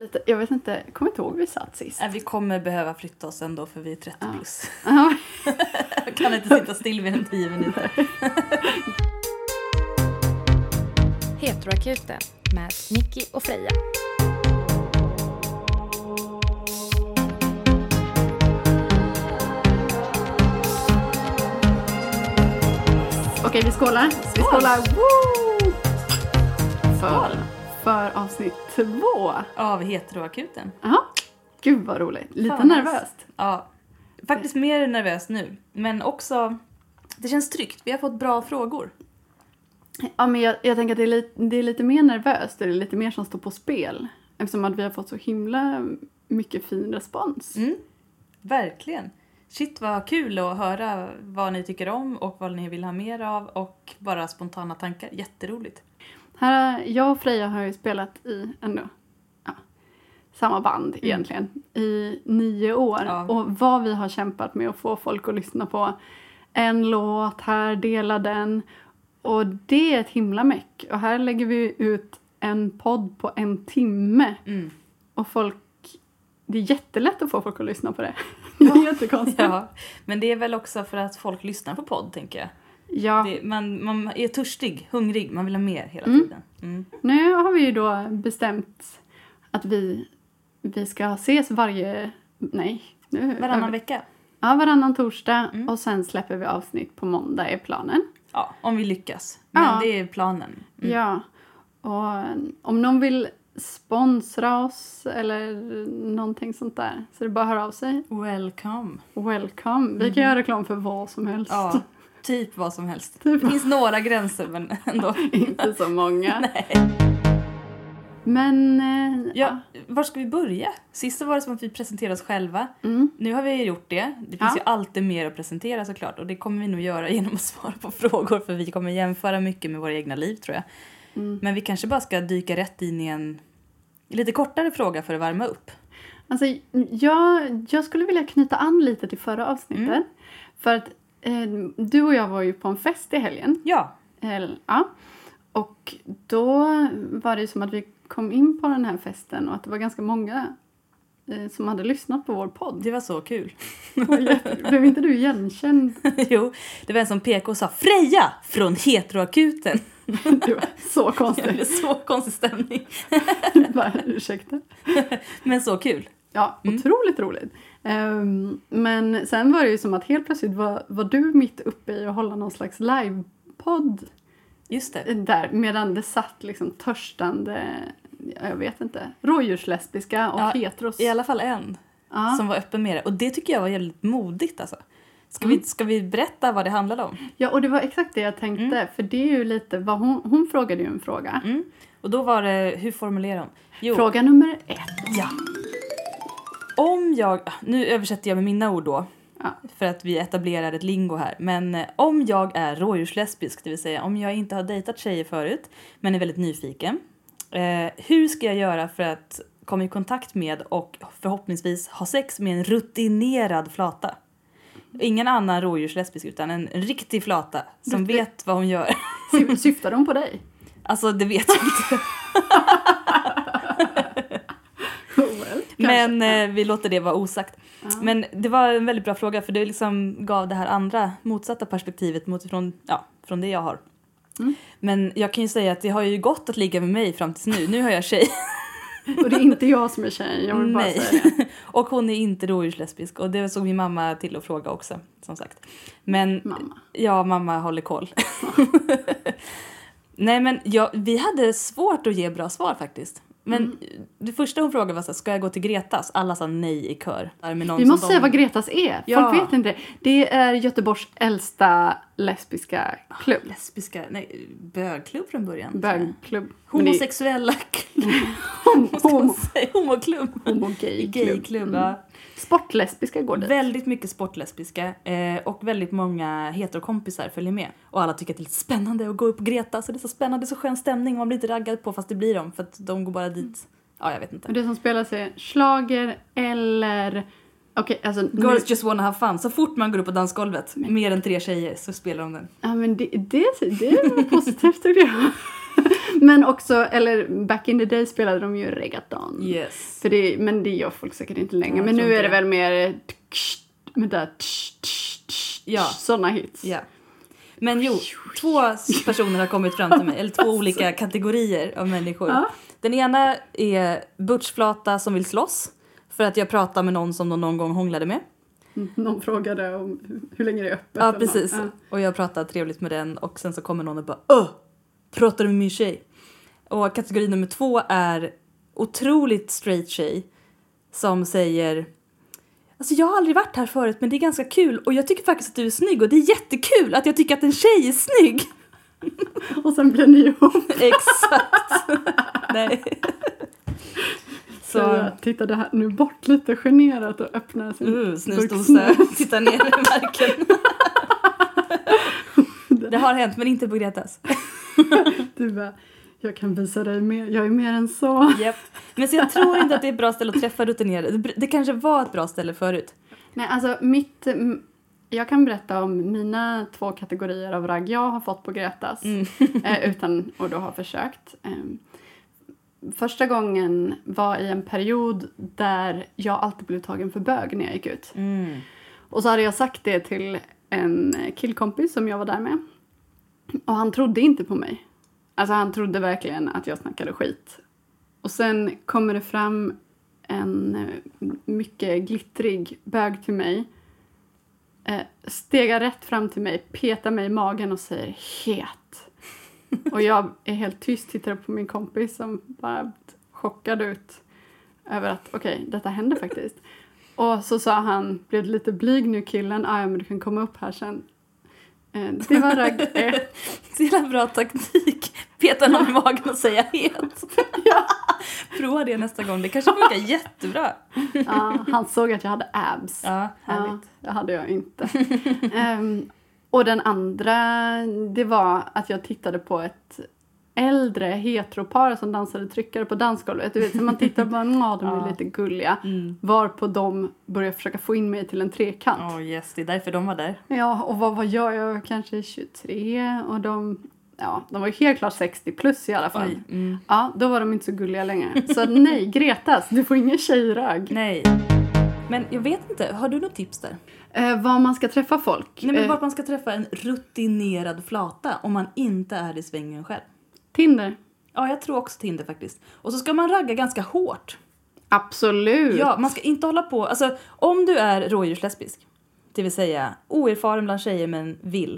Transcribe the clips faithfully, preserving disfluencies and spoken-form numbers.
Jag vet inte, jag kommer inte ihåg vi satt sist. Äh, vi kommer behöva flytta oss ändå för vi är trettio Ja. plus. Ja. Jag kan inte sitta still vid en tio minuter. Heteroakuten med Nicky och Freja. Okej, vi skålar. Vi skålar. Woo! För, för avsnitt två. Av Heteroakuten. Jaha. Gud vad roligt. Lite Fan, nervöst. Ja, faktiskt mer nervöst nu. Men också, det känns tryggt. Vi har fått bra frågor. Ja, men jag, jag tänker att det är, lite, det är lite mer nervöst. Det är lite mer som står på spel. Eftersom att vi har fått så himla mycket fin respons. Mm, verkligen. Shit vad kul att höra vad ni tycker om och vad ni vill ha mer av. Och bara spontana tankar. Jätteroligt. Här, jag och Freja har ju spelat i ändå, ja, samma band mm. egentligen. I nio år. Ja. Och vad vi har kämpat med att få folk att lyssna på en låt. Här, dela den. Och det är ett himla meck. Och här lägger vi ut en podd på en timme. Mm. Och folk, det är jättelätt att få folk att lyssna på det. Det är jättekonstigt. Ja, men det är väl också för att folk lyssnar på podd, tänker jag. Ja. Det, man, man är törstig, hungrig, man vill ha mer hela Mm. tiden. Mm. Nu har vi ju då bestämt att vi, vi ska ses varje, nej. Nu, Varannan över, vecka. Ja, varannan torsdag. Mm. Och sen släpper vi avsnitt på måndag är planen. Ja, om vi lyckas. Men Ja. det är planen. Mm. Ja, och om någon vill sponsra oss eller någonting sånt där, så det är bara att höra av sig. Welcome. Welcome. Vi kan göra reklam för vad som helst. Ja, typ vad som helst. Typ. Det finns några gränser, men ändå. Inte så många. Nej. Men, eh, Ja, var ska vi börja? Sist var det som att vi presenterade oss själva. Mm. Nu har vi gjort det. Det finns Ja. ju alltid mer att presentera såklart. Och det kommer vi nog göra genom att svara på frågor. För vi kommer jämföra mycket med våra egna liv, tror jag. Mm. Men vi kanske bara ska dyka rätt in i en lite kortare fråga för att värma upp. Alltså, jag, jag skulle vilja knyta an lite till förra avsnittet. Mm. För att eh, du och jag var ju på en fest i helgen. Ja. Eller, ja. Och då var det ju som att vi kom in på den här festen och att det var ganska många eh, som hade lyssnat på vår podd. Det var så kul. Blev inte du igenkänd? Jo, det var en som pekade och sa Freja från Heteroakuten. Det var så Det konstigt. blev så konstig stämning. Bara, ursäkta. Men så kul. Ja, Mm. otroligt roligt. Um, men sen var det ju som att helt plötsligt var, var du mitt uppe i att hålla någon slags livepodd Just det. där. Medan det satt liksom törstande, jag vet inte, rådjurslesbiska och Ja, heteros. I alla fall en Ja. som var öppen med det. Och det tycker jag var jävligt modigt alltså. Ska, Mm. vi, ska vi berätta vad det handlade om? Ja, och det var exakt det jag tänkte. Mm. För det är ju lite, vad hon, hon frågade ju en fråga. Mm. Och då var det, hur formulerar hon? Jo, Fråga nummer ett. ja. Om jag, nu översätter jag med mina ord då. Ja. För att vi etablerar ett lingo här. Men eh, om jag är rådjurslesbisk, det vill säga om jag inte har dejtat tjejer förut, men är väldigt nyfiken. Eh, hur ska jag göra för att komma i kontakt med och förhoppningsvis ha sex med en rutinerad flata? Ingen annan rådjurslesbisk utan en, en riktig flata som Rutin- vet vad hon gör. Sy- Syftar de på dig? Alltså det vet jag inte. Well, Men eh, vi låter det vara osagt. Ja. Men det var en väldigt bra fråga för det liksom gav det här andra motsatta perspektivet mot från, ja, från det jag har. Mm. Men jag kan ju säga att det har ju gått att ligga med mig fram tills nu. Nu har jag tjej. Och det är inte jag som är tjej, jag vill bara Nej. säga det. Och hon är inte rådjurslesbisk. Och det såg min mamma till att fråga också, som sagt. Men Mamma. ja, mamma håller koll. Nej, men ja, vi hade svårt att ge bra svar faktiskt. Men Mm. det första hon frågade var så här, ska jag gå till Gretas? Alla sa nej i kör. Där med någon Vi som måste de... säga vad Gretas är. Folk Ja. vet inte det. Det är Göteborgs äldsta lesbiska klubb. Lesbiska, nej, bögklubb från början. Bögklubb. Homosexuella klubb. Homo, Homoklubb. homo-gay-klubb. Gayklubb, Mm. ja. Sportlesbiska går dit. Väldigt mycket sportlesbiska eh, och väldigt många heterokompisar följer med. Och alla tycker att det är lite spännande att gå upp på Greta. Så det är så spännande, det är så skön stämning. Man blir inte raggad på fast det blir de. För att de går bara dit. Ja, jag vet inte. Och det som spelas är schlager eller... Okej, alltså... Girls just wanna have fun. Så fort man går upp på dansgolvet, mer än tre tjejer, så spelar de den. Ja, men det, det, det är positivt tycker jag. Men också, eller back in the day spelade de ju reggaeton. Yes. För det, men det gör folk säkert inte längre. Jag Men nu tror är det inte väl mer med där Ja. sådana hits. Ja. Men jo, två personer har kommit fram till mig. Eller två olika kategorier av människor. Ja. Den ena är butchflata som vill slåss. För att jag pratar med någon som de någon gång hånglade med. Någon frågade om hur länge det är öppet. Ja, eller precis. något. Ja. Och jag pratar trevligt med den. Och sen så kommer någon och bara Åh! Pratar du med min tjej? Och kategori nummer två är otroligt straight tjej. Som säger Alltså jag har aldrig varit här förut men det är ganska kul. Och jag tycker faktiskt att du är snygg. Och det är jättekul att jag tycker att en tjej är snygg. Och sen blir ni ihop. Exakt. Nej. Så jag tittade här nu bort lite generat och öppnade sin Uh, burk snusdosa. snus. Titta ner i marken. Det har hänt men inte på Gretas. Du bara, jag kan visa dig mer. Jag är mer än så. Yep. Men så jag tror inte att det är ett bra ställe att träffa rutinerade. Det, det kanske var ett bra ställe förut. Nej, alltså mitt... m- Jag kan berätta om mina två kategorier av ragg jag har fått på Gretas. Mm. eh, utan att då ha försökt. Eh, första gången var i en period där jag alltid blev tagen för bög när jag gick ut. Mm. Och så hade jag sagt det till en killkompis som jag var där med. Och han trodde inte på mig. Alltså han trodde verkligen att jag snackade skit. Och sen kommer det fram en eh, mycket glittrig bög till mig. Eh, stegar rätt fram till mig, petar mig i magen och säger het. Och jag är helt tyst, tittar på min kompis som bara chockad ut över att okej, okay, detta hände faktiskt. Och så sa han, blev lite blyg nu killen, ah, ja men du kan komma upp här sen. Eh, det var ragg ett. Så jävla bra taktik. Peta någon i magen och säga het. Ja. Prova det nästa gång. Det kanske funkar jättebra. Ja, han såg att jag hade abs. Ja, härligt. Ja, det hade jag inte. um, och den andra, det var att jag tittade på ett äldre heteropar som dansade tryckare på dansgolvet. Du vet, så man tittar på en ja, de är Ja. lite gulliga. Mm. Varpå de började försöka få in mig till en trekant. Oh yes, det är därför de var där. Ja, och vad var jag? Jag var kanske tjugotre och de, ja, de var ju helt klart sextio plus i alla fall. Oj. Mm. Ja, då var de inte så gulliga längre. Så nej, Gretas, du får ingen tjejragg. Nej. Men jag vet inte, har du något tips där? Eh, var man ska träffa folk. Nej men Eh, vart man ska träffa en rutinerad flata om man inte är i svängen själv. Tinder. Ja, jag tror också Tinder faktiskt. Och så ska man ragga ganska hårt. Absolut. Ja, man ska inte hålla på. Alltså, om du är rådjurslesbisk, det vill säga oerfaren bland tjejer men vill.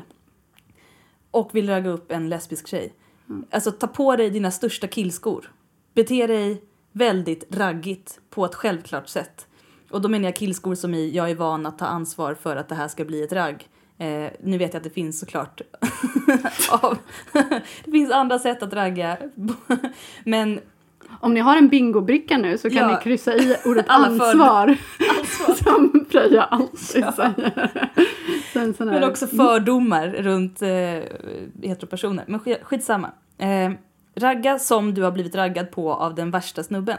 Och vill ragga upp en lesbisk tjej. Mm. Alltså, ta på dig dina största killskor. Bete dig väldigt raggigt på ett självklart sätt. Och då menar jag killskor som i, jag är van att ta ansvar för att det här ska bli ett ragg. Eh, nu vet jag att det finns såklart av, det finns andra sätt att ragga. Men Om ni har en bingobricka nu så kan Ja. ni kryssa i ordet Alla för- ansvar. ansvar. Som Freja alltid Ja. säger. Sen sån här- Men också fördomar runt eh, heteropersoner. Men sk- skitsamma. Eh, ragga som du har blivit raggad på av den värsta snubben.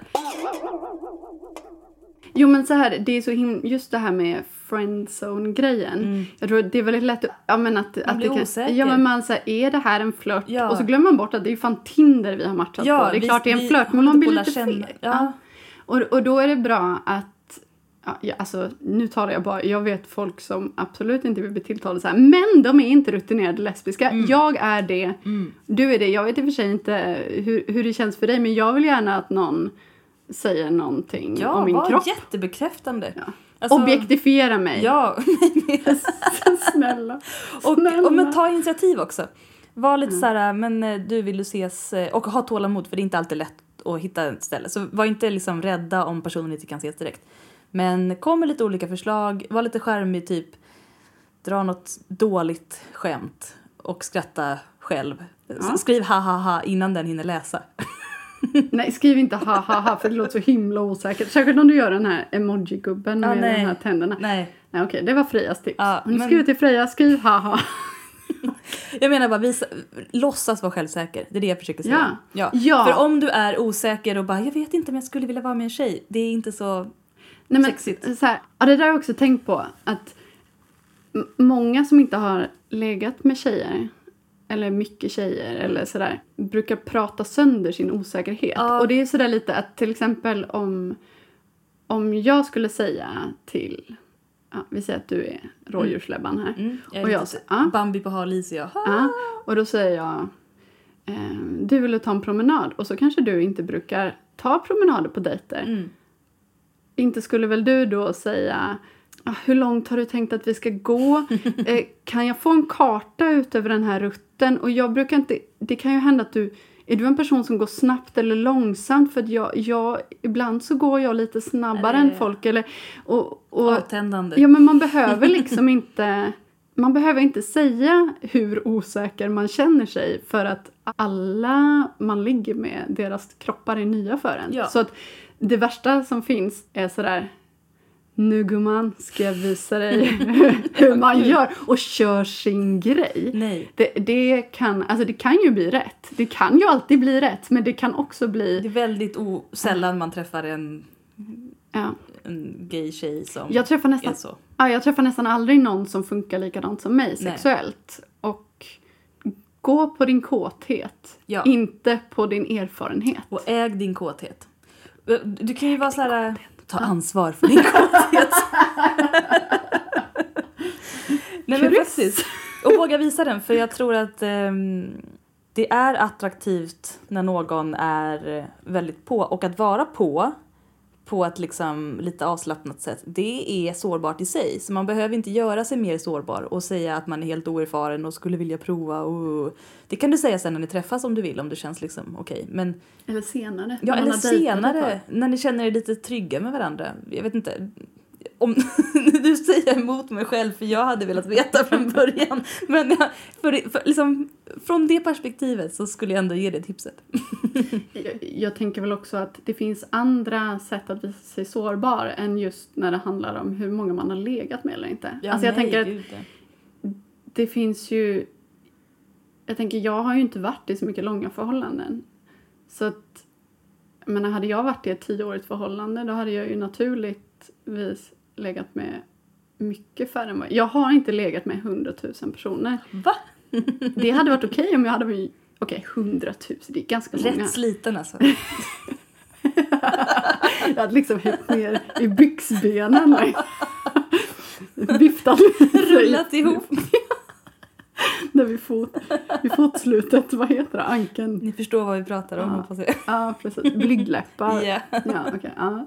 Jo men så här, det är så him- just det här med friendzone-grejen. Mm. Jag tror det är väldigt lätt att, ja, men att, att blir det kan, osäker. ja men man säger, är det här en flört? Ja. Och så glömmer man bort att det är fan Tinder vi har matchat på. Det är vi- klart det är en vi flört, men håller man blir på lite att lära känna- feg. Ja. Och, och då är det bra att, ja, ja, alltså nu talar jag bara, jag vet folk som absolut inte vill bli tilltalade så här, men de är inte rutinerade lesbiska. Mm. Jag är det, Mm. du är det. Jag vet i och för sig inte hur, hur det känns för dig, men jag vill gärna att någon säger någonting Ja, om min var kropp. jättebekräftande. Ja. Alltså, Objektifiera mig. Ja, Snälla. och, Snälla. och men ta initiativ också. Var lite så här, men eh, du vill du ses eh, och ha tålamod för det är inte alltid lätt att hitta ett ställe. Så var inte liksom rädda om personen inte kan ses direkt. Men kom med lite olika förslag, var lite charmig typ. Dra något dåligt skämt och skratta själv. Ja. Skriv ha ha ha innan den hinner läsa. Nej, skriv inte ha ha ha för det låter så himla osäkert. Särskilt om du gör den här emoji-gubben Ja, med nej. de här tänderna. Nej, Nej, okej, det var Frejas tips. Ja, Om ni men- skriver till Freja, skriv ha ha. jag menar bara visa, låtsas vara självsäker. Det är det jag försöker säga. Ja. Ja. För om du är osäker och bara, jag vet inte men jag skulle vilja vara med en tjej. Det är inte så... Nej, men, Sexigt. så här, ja, det där har jag också tänkt på. Att m- många som inte har legat med tjejer eller mycket tjejer eller sådär, brukar prata sönder sin osäkerhet. Ja. Och det är sådär lite att till exempel om, om jag skulle säga till, ja, vi säger att du är rådjursläbban här. Mm. Jag är Och jag lite säger, ja. Bambi på hal is, ja. Ja, och då säger jag, eh, du vill ta en promenad. Och så kanske du inte brukar ta promenader på dejter. Mm. Inte skulle väl du då säga, ah, hur långt har du tänkt att vi ska gå? Eh, kan jag få en karta ut över den här rutten? Och jag brukar inte, det kan ju hända att du, är du en person som går snabbt eller långsamt? För att jag, jag ibland så går jag lite snabbare Eller, än folk. Eller, och, och, avtändande. ja, men man behöver liksom inte, man behöver inte säga hur osäker man känner sig. För att alla man ligger med, deras kroppar är nya för en. Ja. Så att det värsta som finns är sådär, nu gumman ska jag visa dig hur man gör. Och kör sin grej. Nej. Det, det, kan, alltså det kan ju bli rätt. Det kan ju alltid bli rätt. Men det kan också Det bli... är väldigt o- sällan man träffar en, Ja. en gay tjej som Jag träffar, nästan, är så. ja, jag träffar nästan aldrig någon som funkar likadant som mig Nej. sexuellt. Och gå på din kåthet. Ja. Inte på din erfarenhet. Och äg din kåthet. Du kan ju vara så här, ta ansvar för din kåthet. Nej men faktiskt. Och våga visa den, för jag tror att um, det är attraktivt när någon är väldigt på. Och att vara på, på ett liksom lite avslappnat sätt, det är sårbart i sig. Så man behöver inte göra sig mer sårbar och säga att man är helt oerfaren och skulle vilja prova. Och det kan du säga sen när ni träffas om du vill, om det känns liksom okej. Okay. Men Eller senare. ja, när man eller har dejtat ett senare, tag. när ni känner er lite trygga med varandra. Jag vet inte, om du säger emot mig själv, för jag hade velat veta från början. Men jag, för, för, liksom, från det perspektivet så skulle jag ändå ge det tipset. Jag, jag tänker väl också att det finns andra sätt att visa sig sårbar än just när det handlar om hur många man har legat med eller inte. Ja, alltså jag nej, tänker att gud, det finns ju... Jag tänker, jag har ju inte varit i så mycket långa förhållanden. Så att, jag menar, hade jag varit i ett tioårigt förhållande, då hade jag ju naturligtvis legat med mycket färre än vad... Jag har inte legat med hundratusen personer. Va? Det hade varit okej okay om jag hade... Okej, okay, hundratusen, det är ganska många. Rätt sliten alltså. Jag hade liksom hängt ner i byxbenen. Viftat lite. Rullat ihop. Där vid, fot, vid fotslutet, vad heter det? Ankeln. Ni förstår vad vi pratar om, Ja. hoppas jag. Ja, precis. Blygdläppar. Ja. Ja, okej. Ja.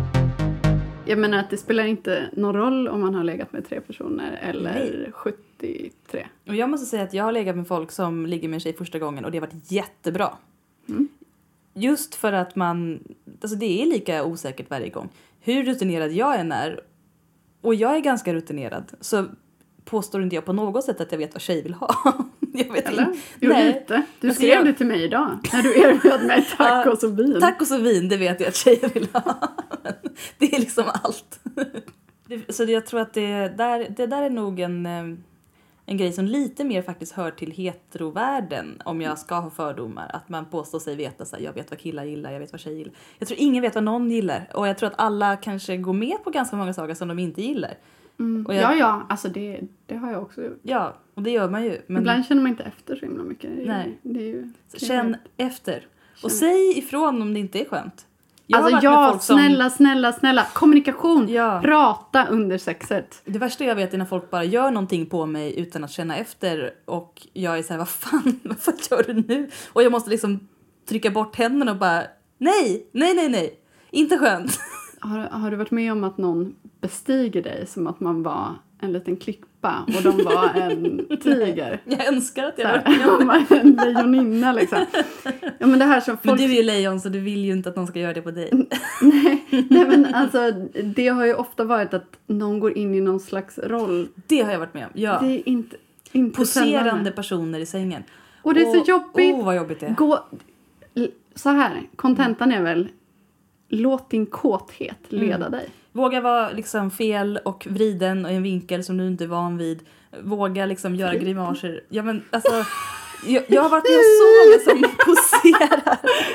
Jag menar att det spelar inte någon roll om man har legat med tre personer eller Nej. sjuttiotre. Och jag måste säga att jag har legat med folk som ligger med en tjej första gången och det har varit jättebra. Mm. Just för att man, alltså det är lika osäkert varje gång. Hur rutinerad jag än är, och jag är ganska rutinerad, så påstår inte jag på något sätt att jag vet vad tjej vill ha. Jag vet Eller? inte. Jo, Nej. lite. Du Alltså, skrev jag- det till mig idag. När du erbjöd mig tacos och vin. Tacos och vin, det vet jag att tjejer vill ha. Men det är liksom allt. Det- Så det- jag tror att det där, det där är nog en, eh, en grej som lite mer faktiskt hör till heterovärlden, om jag ska ha fördomar. Att man påstår sig veta så här, jag vet vad killar gillar, jag vet vad tjejer gillar. Jag tror ingen vet vad någon gillar. Och jag tror att alla kanske går med på ganska många saker som de inte gillar. Mm. Och jag- Ja, ja. Alltså det, det har jag också gjort. Ja, och det gör man ju. Men Ibland känner man inte efter så himla mycket. Det är, Nej. Det är ju, känn efter. Och Känn- säg ifrån om det inte är skönt. Jag har Alltså varit med ja, folk som- snälla, snälla, snälla. Kommunikation. Ja. Prata under sexet. Det värsta jag vet är när folk bara gör någonting på mig utan att känna efter. Och jag är så här, vad fan, vad gör du nu? Och jag måste liksom trycka bort händerna och bara, nej, nej, nej, nej. Inte skönt. Har, har du varit med om att någon bestiger dig som att man var en liten klippa och de var en tiger? Jag önskar att Så jag här, var med om de var en lejoninna liksom. Ja, men det här som Men folk... du är ju lejon så du vill ju inte att någon ska göra det på dig. nej, nej, men alltså det har ju ofta varit att någon går in i någon slags roll. Det har jag varit med om, ja. Det är inte, inte Poserande sällan. personer i sängen. Och det är så jobbigt. Åh, vad jobbigt det är. Gå, l- så här, kontentan är väl, låt din kåthet leda Mm. dig. Våga vara liksom fel och vriden och i en vinkel som du inte är van vid. Våga liksom göra grimaser. Ja, men alltså, jag, jag har varit med så många som poserar.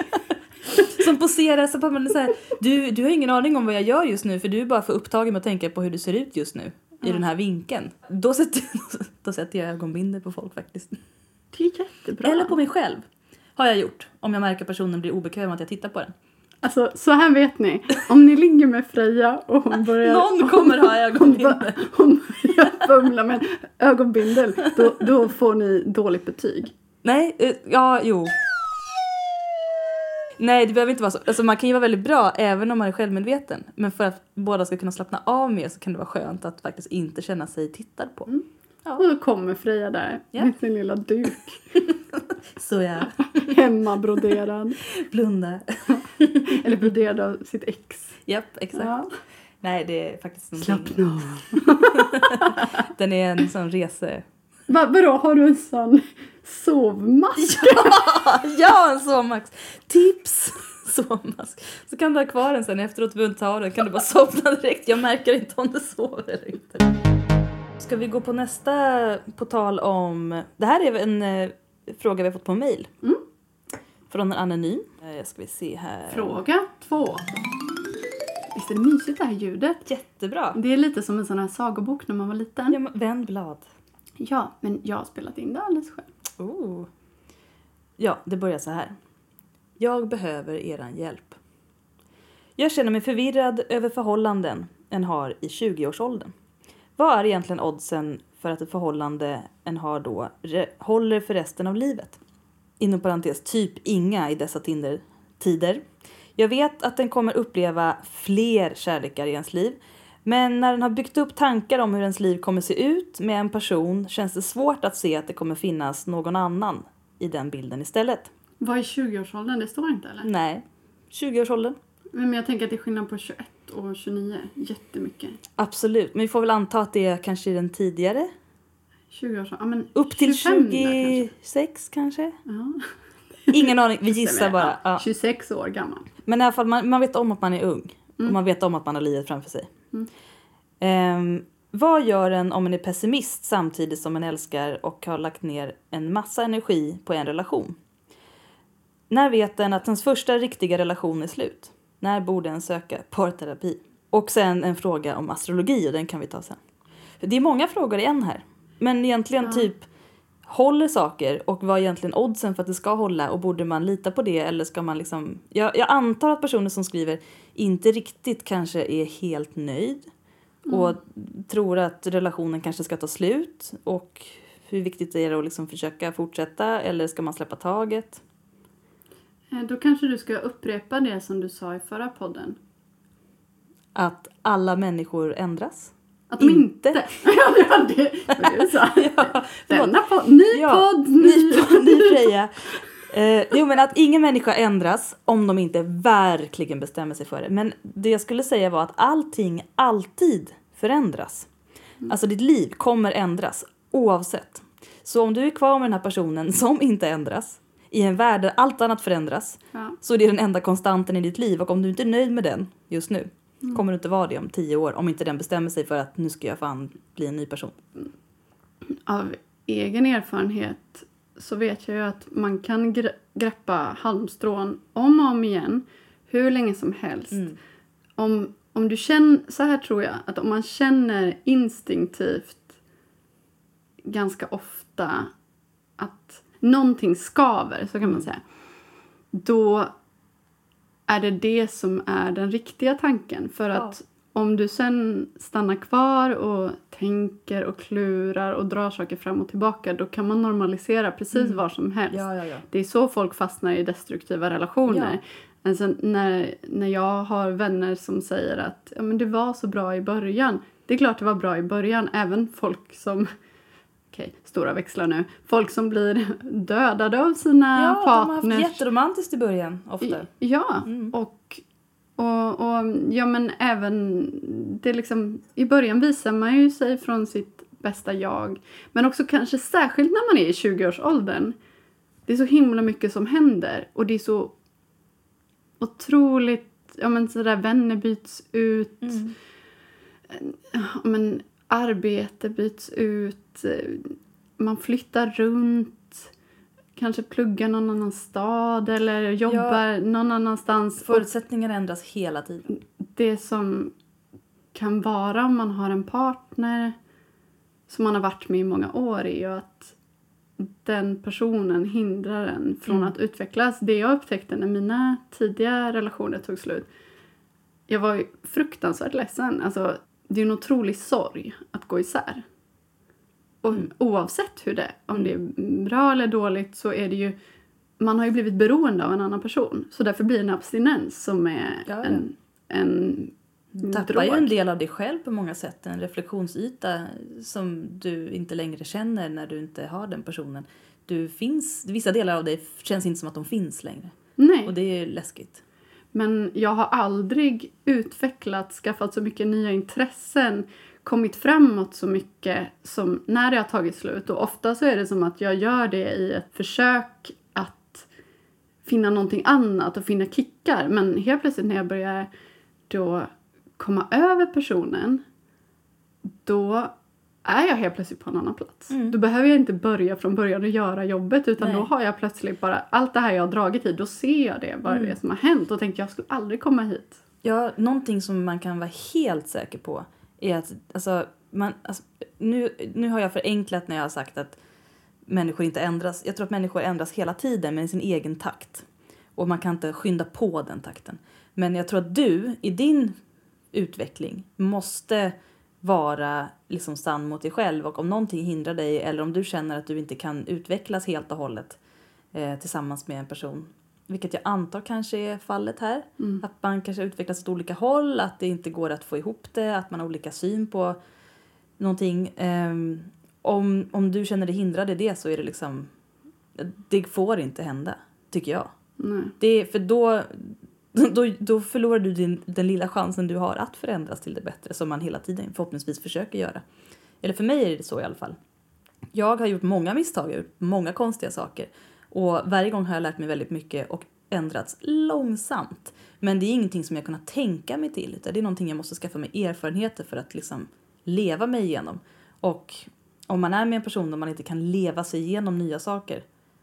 Som poserar så bara man är så här, du, du har ingen aning om vad jag gör just nu, för du är bara för upptagen med att tänka på hur du ser ut just nu i den här vinkeln. Då sätter, då sätter jag ögonbindel på folk faktiskt. Det är jättebra. Eller på mig själv. Har jag gjort. Om jag märker att personen blir obekväm att jag tittar på den. Alltså, så här vet ni. Om ni ligger med Freja och hon börjar... Någon kommer ha ögonbindel. Hon, bör, hon börjar fumla med ögonbindel. Då, då får ni dåligt betyg. Nej, uh, ja, jo. Nej, det behöver inte vara så. Alltså, man kan ju vara väldigt bra även om man är självmedveten. Men för att båda ska kunna slappna av mer så kan det vara skönt att faktiskt inte känna sig tittad på. Mm. Ja. Och då kommer Freja där Ja. med sin lilla duk. Så jag Hemmabroderad. blunda. Eller broderad av sitt ex. Japp, exakt. Ja. Nej, det är faktiskt någonting. Slappna av. Den är en sån rese... Va, vadå, har du en sån sovmask? Ja, en sovmask. Tips! Sovmask. Så kan du ha kvar den sen efteråt. Du behöver inte ta den. Kan du bara somna direkt. Jag märker inte om du sover eller inte. Ska vi gå på nästa på tal om... Det här är en eh, fråga vi har fått på mail. Mm. Från en anonym. Eh, ska vi se här. Fråga två. Visst är det mysigt det här ljudet? Jättebra. Det är lite som en sån här sagobok när man var liten. Ja, men vänd blad. Ja, men jag har spelat in det alldeles själv. Oh. Ja, det börjar så här. Jag behöver eran hjälp. Jag känner mig förvirrad över förhållanden en har i tjugoårsåldern. Vad är egentligen oddsen för att ett förhållande en har då re- håller för resten av livet? Inom parentes, typ inga i dessa tinder- tider. Jag vet att den kommer uppleva fler kärlekar i ens liv. Men när den har byggt upp tankar om hur ens liv kommer se ut med en person känns det svårt att se att det kommer finnas någon annan i den bilden istället. Vad är tjugoårsåldern? Det står inte eller? Nej, tjugoårsåldern. Men jag tänker att det är skillnad på tjugoett och tjugonio. Jättemycket. Absolut, men vi får väl anta att det är kanske den tidigare. tjugoårsåldern. Ja, men Upp till tjugofem där tjugosex kanske? Ja. Ingen aning, vi gissar bara. Ja, Ja. tjugosex år gammal. Men i alla fall, man, man vet om att man är ung. Mm. Och man vet om att man har livet framför sig. Mm. Ehm, vad gör en om man är pessimist samtidigt som man älskar och har lagt ner en massa energi på en relation? När vet den att ens första riktiga relation är slut? När borde en söka parterapi? Och sen en fråga om astrologi och den kan vi ta sen. För det är många frågor i en här. Men egentligen Ja. typ håller saker och vad är egentligen oddsen för att det ska hålla och borde man lita på det eller ska man liksom... Jag, jag antar att personer som skriver inte riktigt kanske är helt nöjd och Mm. tror att relationen kanske ska ta slut och hur viktigt är det att liksom försöka fortsätta eller ska man släppa taget? Eh, Då kanske du ska upprepa det som du sa i förra podden. Att alla människor ändras? Att de Inte. inte... ja, det var det du sa. Ja, förlåt. Denna podd, ny Ja, podd, ny, ny... ny Freja. Eh, jo, men att ingen människa ändras om de inte verkligen bestämmer sig för det. Men det jag skulle säga var att allting alltid förändras. Mm. Alltså ditt liv kommer ändras oavsett. Så om du är kvar med den här personen som inte ändras i en värld där allt annat förändras Ja. så är det den enda konstanten i ditt liv. Och om du inte är nöjd med den just nu Mm. kommer du inte vara det om tio år om inte den bestämmer sig för att nu ska jag fan bli en ny person. Av egen erfarenhet så vet jag ju att man kan gre- greppa halmstrån om och om igen hur länge som helst. Mm. Om, om du känner, så här tror jag, att om man känner instinktivt ganska ofta att någonting skaver, så kan man säga, då är det det som är den riktiga tanken. För Ja. att om du sen stannar kvar och tänker och klurar och drar saker fram och tillbaka, då kan man normalisera precis Mm. vad som helst. Ja, ja, ja. Det är så folk fastnar i destruktiva relationer. Alltså, när, när jag har vänner som säger att ja, men det var så bra i början. Det är klart det var bra i början. Även folk som... Okej, stora växlar nu. Folk som blir dödade av sina Ja, de har partners. haft jätteromantiskt i början ofta. Ja, Mm. och, och, och ja, men även det liksom, i början visar man ju sig från sitt bästa jag. Men också kanske särskilt när man är i tjugoårsåldern. Det är så himla mycket som händer. Och det är så otroligt, ja men sådär, vänner byts ut. Mm. Ja, men arbete byts ut. Man flyttar runt. Kanske pluggar någon annan stad eller jobbar någon annanstans. Och Förutsättningarna ändras hela tiden. det som kan vara om man har en partner som man har varit med i många år är ju att den personen hindrar en från Mm. att utvecklas. Det jag upptäckte när mina tidiga relationer tog slut. Jag var ju fruktansvärt ledsen. Alltså, det är en otrolig sorg att gå isär. Och Mm. oavsett hur det är, om Mm. det är bra eller dåligt, så är det ju, man har ju blivit beroende av en annan person. Så därför blir det en abstinens som är Ja, ja. en, en Du tappar drog. ju en del av dig själv på många sätt. En reflektionsyta som du inte längre känner när du inte har den personen. Du finns, vissa delar av dig känns inte som att de finns längre. Nej, Och det är läskigt. men jag har aldrig utvecklat, skaffat så mycket nya intressen, kommit framåt så mycket som när det har tagit slut. Och ofta så är det som att jag gör det i ett försök att finna någonting annat och finna kickar. Men helt plötsligt när jag börjar då komma över personen, då är jag helt plötsligt på en annan plats. Mm. Då behöver jag inte börja från början och göra jobbet, utan Nej. då har jag plötsligt bara allt det här jag har dragit i, då ser jag det, vad Mm. det är som har hänt, och tänkte jag skulle aldrig komma hit. Ja, någonting som man kan vara helt säker på är att alltså, man, alltså, nu, nu har jag förenklat när jag har sagt att människor inte ändras. Jag tror att människor ändras hela tiden, men i sin egen takt. Och man kan inte skynda på den takten. Men jag tror att du i din utveckling måste vara liksom sann mot dig själv. Och om någonting hindrar dig, eller om du känner att du inte kan utvecklas helt och hållet eh, tillsammans med en person, vilket jag antar kanske är fallet här. Mm. Att man kanske utvecklas åt olika håll, att det inte går att få ihop det, att man har olika syn på någonting. Um, om, om du känner dig hindrad i det, så är det liksom, det får inte hända, tycker jag. Nej. Det, för då, då, då förlorar du din, den lilla chansen du har att förändras till det bättre, som man hela tiden förhoppningsvis försöker göra. Eller för mig är det så i alla fall. Jag har gjort många misstag, jag har gjort många konstiga saker. Och varje gång har jag lärt mig väldigt mycket och ändrats långsamt. Men det är ingenting som jag kunnat tänka mig till. Utan det är någonting jag måste skaffa mig erfarenheter för att liksom leva mig igenom. Och om man är med en person och man inte kan leva sig igenom nya saker,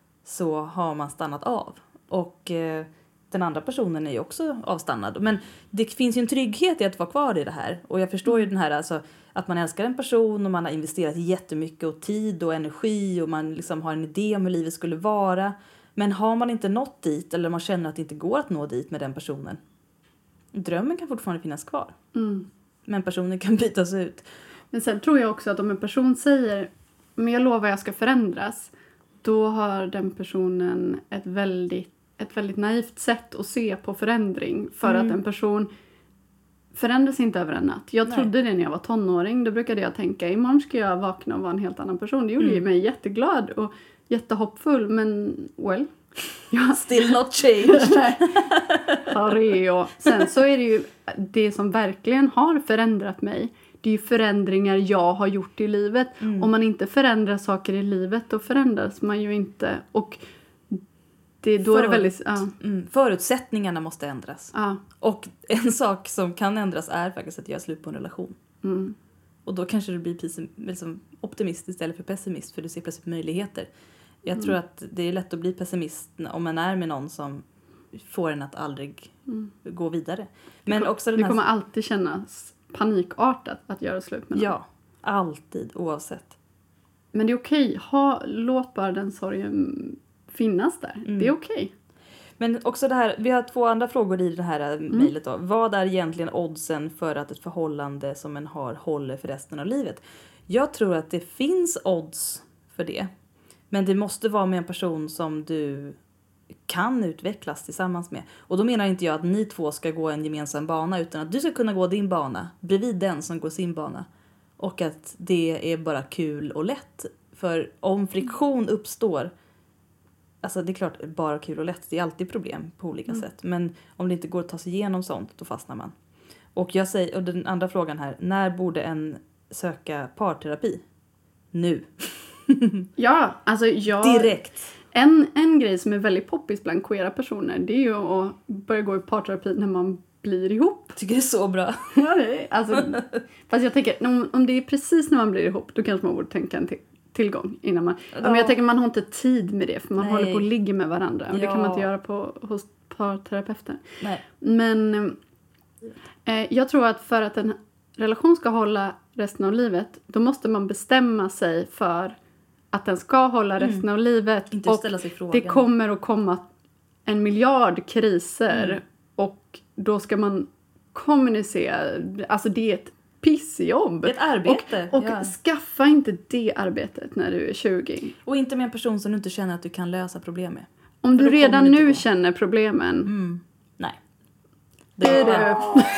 så har man stannat av. Och eh, den andra personen är ju också avstannad. Men det finns ju en trygghet i att vara kvar i det här. Och jag förstår ju den här, alltså, att man älskar en person och man har investerat jättemycket och tid och energi och man liksom har en idé om hur livet skulle vara. Men har man inte nått dit, eller man känner att det inte går att nå dit med den personen, drömmen kan fortfarande finnas kvar. Mm. Men personen kan bytas ut. Men sen tror jag också att om en person säger, men jag lovar jag ska förändras, då har den personen ett väldigt, ett väldigt naivt sätt att se på förändring. För Mm. att en person förändras inte över en natt. Jag Nej. trodde det när jag var tonåring. Då brukade jag tänka, imorgon ska jag vakna och vara en helt annan person. Det gjorde Mm. ju mig jätteglad och jättehoppfull. Men, well, jag Still not changed. Harry och sen så är det ju det som verkligen har förändrat mig. Det är ju förändringar jag har gjort i livet. Mm. Om man inte förändrar saker i livet, då förändras man ju inte. Och det, då är det För- väldigt... Ja, Mm. Förutsättningarna måste ändras. ja, Och en sak som kan ändras är faktiskt att göra slut på en relation. mm, Och då kanske du blir pessim- liksom optimist istället för pessimist, för du ser plötsligt möjligheter. Jag tror att det är lätt att bli pessimist om man är med någon som får en att aldrig mm. gå vidare. Men det, kom, också den det här... kommer alltid kännas panikartat att göra slut med någon. Ja, alltid, oavsett. Men det är okej. Ha, låt bara den sorgen finnas där. Mm. Det är okej. Men också det här, vi har två andra frågor i det här Mm. mejlet då. Vad är egentligen oddsen för att ett förhållande som en har håller för resten av livet? Jag tror att det finns odds för det. Men det måste vara med en person som du kan utvecklas tillsammans med. Och då menar inte jag att ni två ska gå en gemensam bana, utan att du ska kunna gå din bana bredvid den som går sin bana. Och att det är bara kul och lätt. För om friktion uppstår, alltså det är klart bara kul och lätt, det är alltid problem på olika Mm. sätt. Men om det inte går att ta sig igenom sånt, då fastnar man. Och jag säger, och den andra frågan här, när borde en söka parterapi? Nu. Ja, alltså jag... Direkt. En, en grej som är väldigt poppis bland queera personer, det är ju att börja gå i parterapi när man blir ihop. Jag tycker det är så bra. Ja, det är, alltså, fast jag tänker, om, om det är precis när man blir ihop, då kanske man borde tänka en till, tillgång innan man... Ja. Men jag tänker, man har inte tid med det, för man Nej. håller på och ligger med varandra. Och det kan man Ja. inte göra på, hos parterapeuter. Nej. Men eh, jag tror att för att en relation ska hålla resten av livet, då måste man bestämma sig för att den ska hålla resten Mm. av livet. Inte och ställa sig frågan. det kommer att komma en miljard kriser. Mm. Och då ska man kommunicera. Alltså det är ett pissjobb. Det är ett arbete. Och, och ja. skaffa inte det arbetet när du är tjugo. Och inte med en person som du inte känner att du kan lösa problem med. Om För du då redan kommer det inte nu gå. känner problemen. Mm. Nej. Det är det.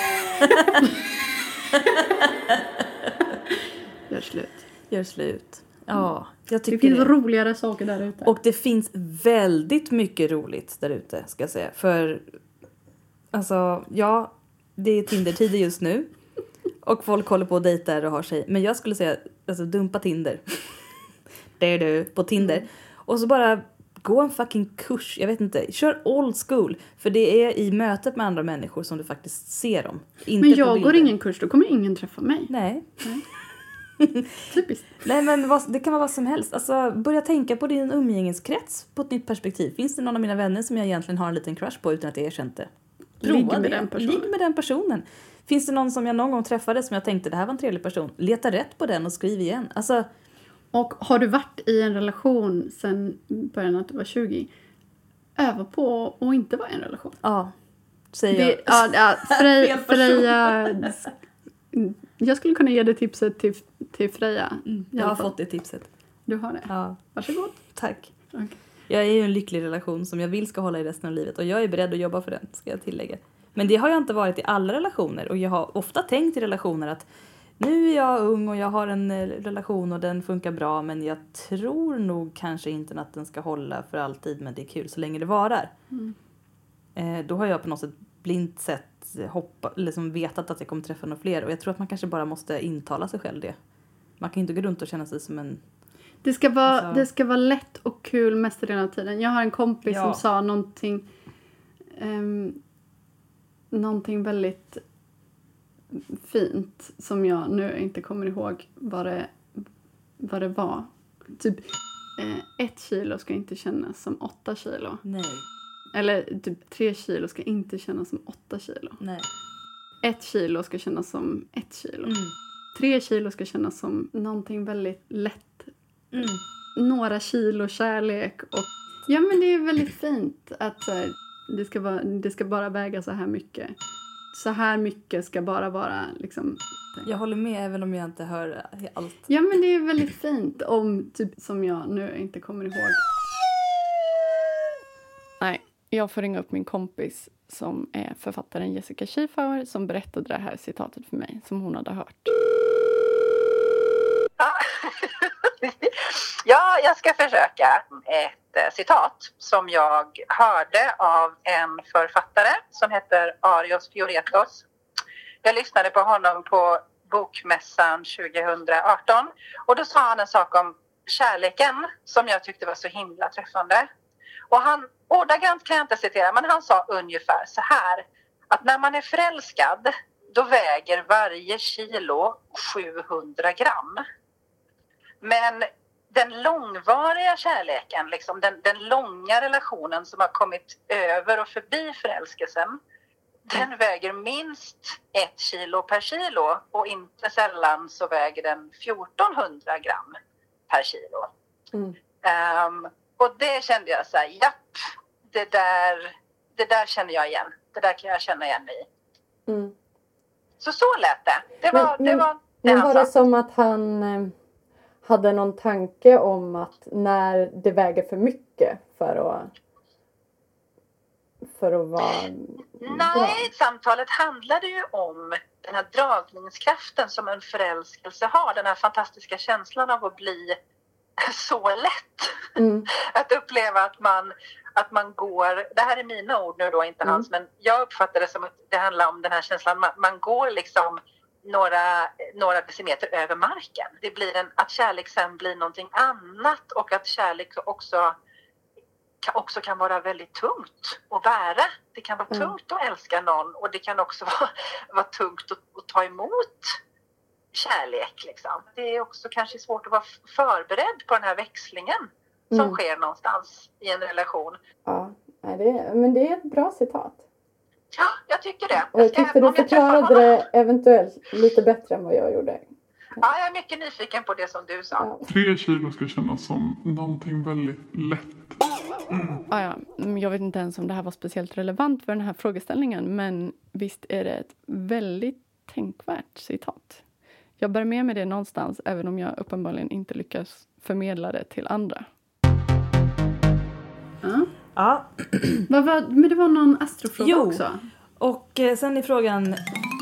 Gör slut. Gör slut. Ja, jag Det tycker finns det. roligare saker där ute. Och det finns väldigt mycket roligt där ute, ska jag säga. För, alltså, ja, det är Tinder-tider just nu. Och folk håller på och dejtar och har sig. Men jag skulle säga, alltså dumpa Tinder. Det är du, på Tinder. Mm. Och så bara gå en fucking kurs, jag vet inte. Kör old school. För det är i mötet med andra människor som du faktiskt ser dem. Inte Men på jag bilder. går ingen kurs, då kommer ingen träffa mig. Nej. Typiskt. Nej, men vad, det kan vara vad som helst. Alltså, börja tänka på din umgängeskrets på ett nytt perspektiv. Finns det någon av mina vänner som jag egentligen har en liten crush på utan att jag erkänt det? Ligg Prova med det. den personen. Ligg med den personen. Finns det någon som jag någon gång träffade som jag tänkte det här var en trevlig person? Leta rätt på den och skriv igen. Alltså, Och har du varit i en relation sen början att du var tjugo? Öva på att inte vara i en relation. ja. Säger jag. Det, ja, ja, Frej, Fel person. Freja... Jag skulle kunna ge det tipset till, till Freja. Mm, I jag alla har fall. fått det tipset. Du har det? Ja, Varsågod. tack. Okay. Jag är ju i en lycklig relation som jag vill ska hålla i resten av livet. Och jag är beredd att jobba för den, ska jag tillägga. Men det har jag inte varit i alla relationer. Och jag har ofta tänkt i relationer att nu är jag ung och jag har en eh, relation och den funkar bra. Men jag tror nog kanske inte att den ska hålla för alltid. Men det är kul så länge det varar. Mm. Eh, då har jag på något sätt blint sätt hoppa, liksom vetat att jag kommer träffa några fler. Och jag tror att man kanske bara måste intala sig själv det. Man kan inte gå runt och känna sig som en... Det ska, vara, Alltså- det ska vara lätt och kul mestadelen av tiden. Jag har en kompis Ja. som sa någonting... Um, någonting väldigt fint. Som jag nu inte kommer ihåg vad det, vad det var. Typ eh, ett kilo ska inte kännas som åtta kilo. Nej, Eller typ tre kilo ska inte kännas som åtta kilo. nej. Ett kilo ska kännas som ett kilo. Mm. Tre kilo ska kännas som någonting väldigt lätt. Mm. Några kilo kärlek. Och ja, men det är väldigt fint att så här, det, ska vara, det ska bara väga så här mycket. Så här mycket ska bara vara liksom... Jag håller med även om jag inte hör allt. Ja, men det är väldigt fint om typ som jag nu inte kommer ihåg. Nej, jag får ringa upp min kompis som är författaren Jessica Schiefauer som berättade det här citatet för mig som hon hade hört. Ja, jag ska försöka ett eh, citat som jag hörde av en författare som heter Arios Fioretos. Jag lyssnade på honom på Bokmässan tjugoarton och då sa han en sak om kärleken som jag tyckte var så himla träffande. Och han, ordagrant kan jag inte citera, men han sa ungefär så här, att när man är förälskad då väger varje kilo sjuhundra gram. Men den långvariga kärleken, liksom den, den långa relationen som har kommit över och förbi förälskelsen, den väger minst ett kilo per kilo och inte sällan så väger den fjortonhundra gram per kilo. Mm. Um, och det kände jag så här, japp, det där, det där känner jag igen. Det där kan jag känna igen mig i. Mm. Så så lät det. Det var Men- det, men- var det Men han var sa. det som att han eh, hade någon tanke om att när det väger för mycket för att, för att vara bra? Nej, samtalet handlade ju om den här dragningskraften som en förälskelse har. Den här fantastiska känslan av att bli så lätt. Mm. Att uppleva att man, att man går, det här är mina ord nu då, inte Mm. hans, men jag uppfattar det som att det handlar om den här känslan, man, man går liksom några, några decimeter över marken. Det blir en, att kärlek sen blir någonting annat och att kärlek också kan, också kan vara väldigt tungt att bära. Det kan vara Mm. tungt att älska någon och det kan också vara, vara tungt att, att ta emot kärlek. Liksom. Det är också kanske svårt att vara förberedd på den här växlingen som Mm. sker någonstans i en relation. Ja, nej, det, men det är ett bra citat. Ja, jag tycker det. Och jag ska- tyckte du om jag träffar förklarade honom- det eventuellt lite bättre än vad jag gjorde. Ja, jag är mycket nyfiken på det som du sa. Ja. Tre kilo ska kännas som någonting väldigt lätt. Ah, ja. Jag vet inte ens om det här var speciellt relevant för den här frågeställningen. Men visst är det ett väldigt tänkvärt citat. Jag bär med mig det någonstans även om jag uppenbarligen inte lyckas förmedla det till andra. Ja. Ja, Vad var, men det var någon astrofråga Jo. också. och eh, sen är frågan...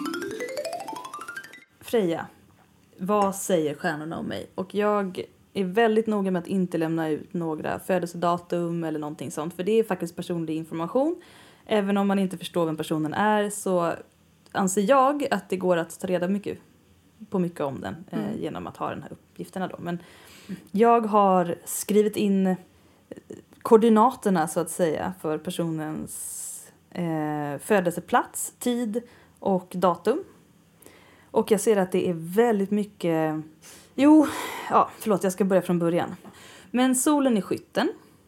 Freja, vad säger stjärnorna om mig? Och jag är väldigt noga med att inte lämna ut några födelsedatum eller någonting sånt. För det är faktiskt personlig information. Även om man inte förstår vem personen är så anser jag att det går att ta reda mycket på mycket om den eh, Mm. genom att ha de här uppgifterna då. Men jag har skrivit in koordinaterna så att säga för personens eh, födelseplats, tid och datum. Och jag ser att det är väldigt mycket... Jo, ja, förlåt, jag ska börja från början. Men solen i Skytten.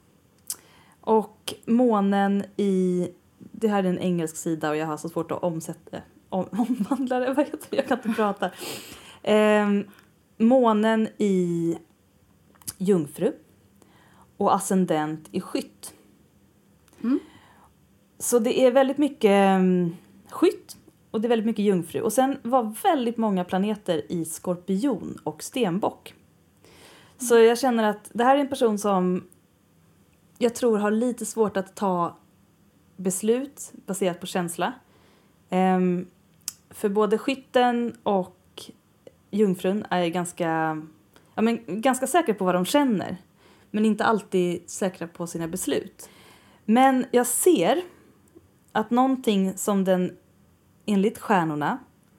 Och månen i... Det här är en engelsk sida och jag har så svårt att omsätta... Om, omvandla det, vad heter det? Jag kan inte prata. Eh, månen i Jungfru. Och ascendent i Skytt. Mm. Så det är väldigt mycket um, Skytt. Och det är väldigt mycket Jungfru. Och sen var väldigt många planeter i Skorpion och Stenbock. Så jag känner att det här är en person som jag tror har lite svårt att ta beslut baserat på känsla. Um, för både Skytten och Jungfrun är ganska, ja, men, ganska säkra på vad de känner. Men inte alltid säkra på sina beslut. Men jag ser att någonting som den enligt stjärnorna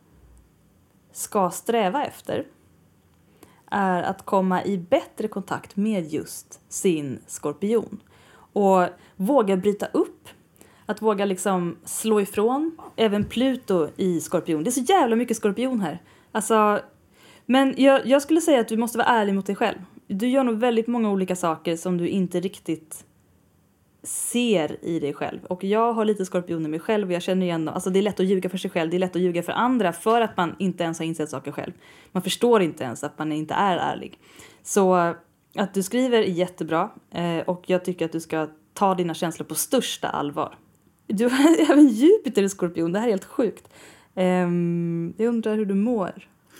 ska sträva efter är att komma i bättre kontakt med just sin skorpion. Och våga bryta upp. Att våga liksom slå ifrån. Även Pluto i skorpion. Det är så jävla mycket skorpion här. Alltså, men jag, jag skulle säga att du måste vara ärlig mot dig själv. Du gör nog väldigt många olika saker som du inte riktigt ser i dig själv. Och jag har lite skorpion i mig själv och jag känner igen, alltså det är lätt att ljuga för sig själv, det är lätt att ljuga för andra för att man inte ens har insett saker själv. Man förstår inte ens att man inte är ärlig. Så att du skriver är jättebra eh, och jag tycker att du ska ta dina känslor på största allvar. Du har även Jupiter i skorpion, det här är helt sjukt. Eh, jag undrar hur du mår.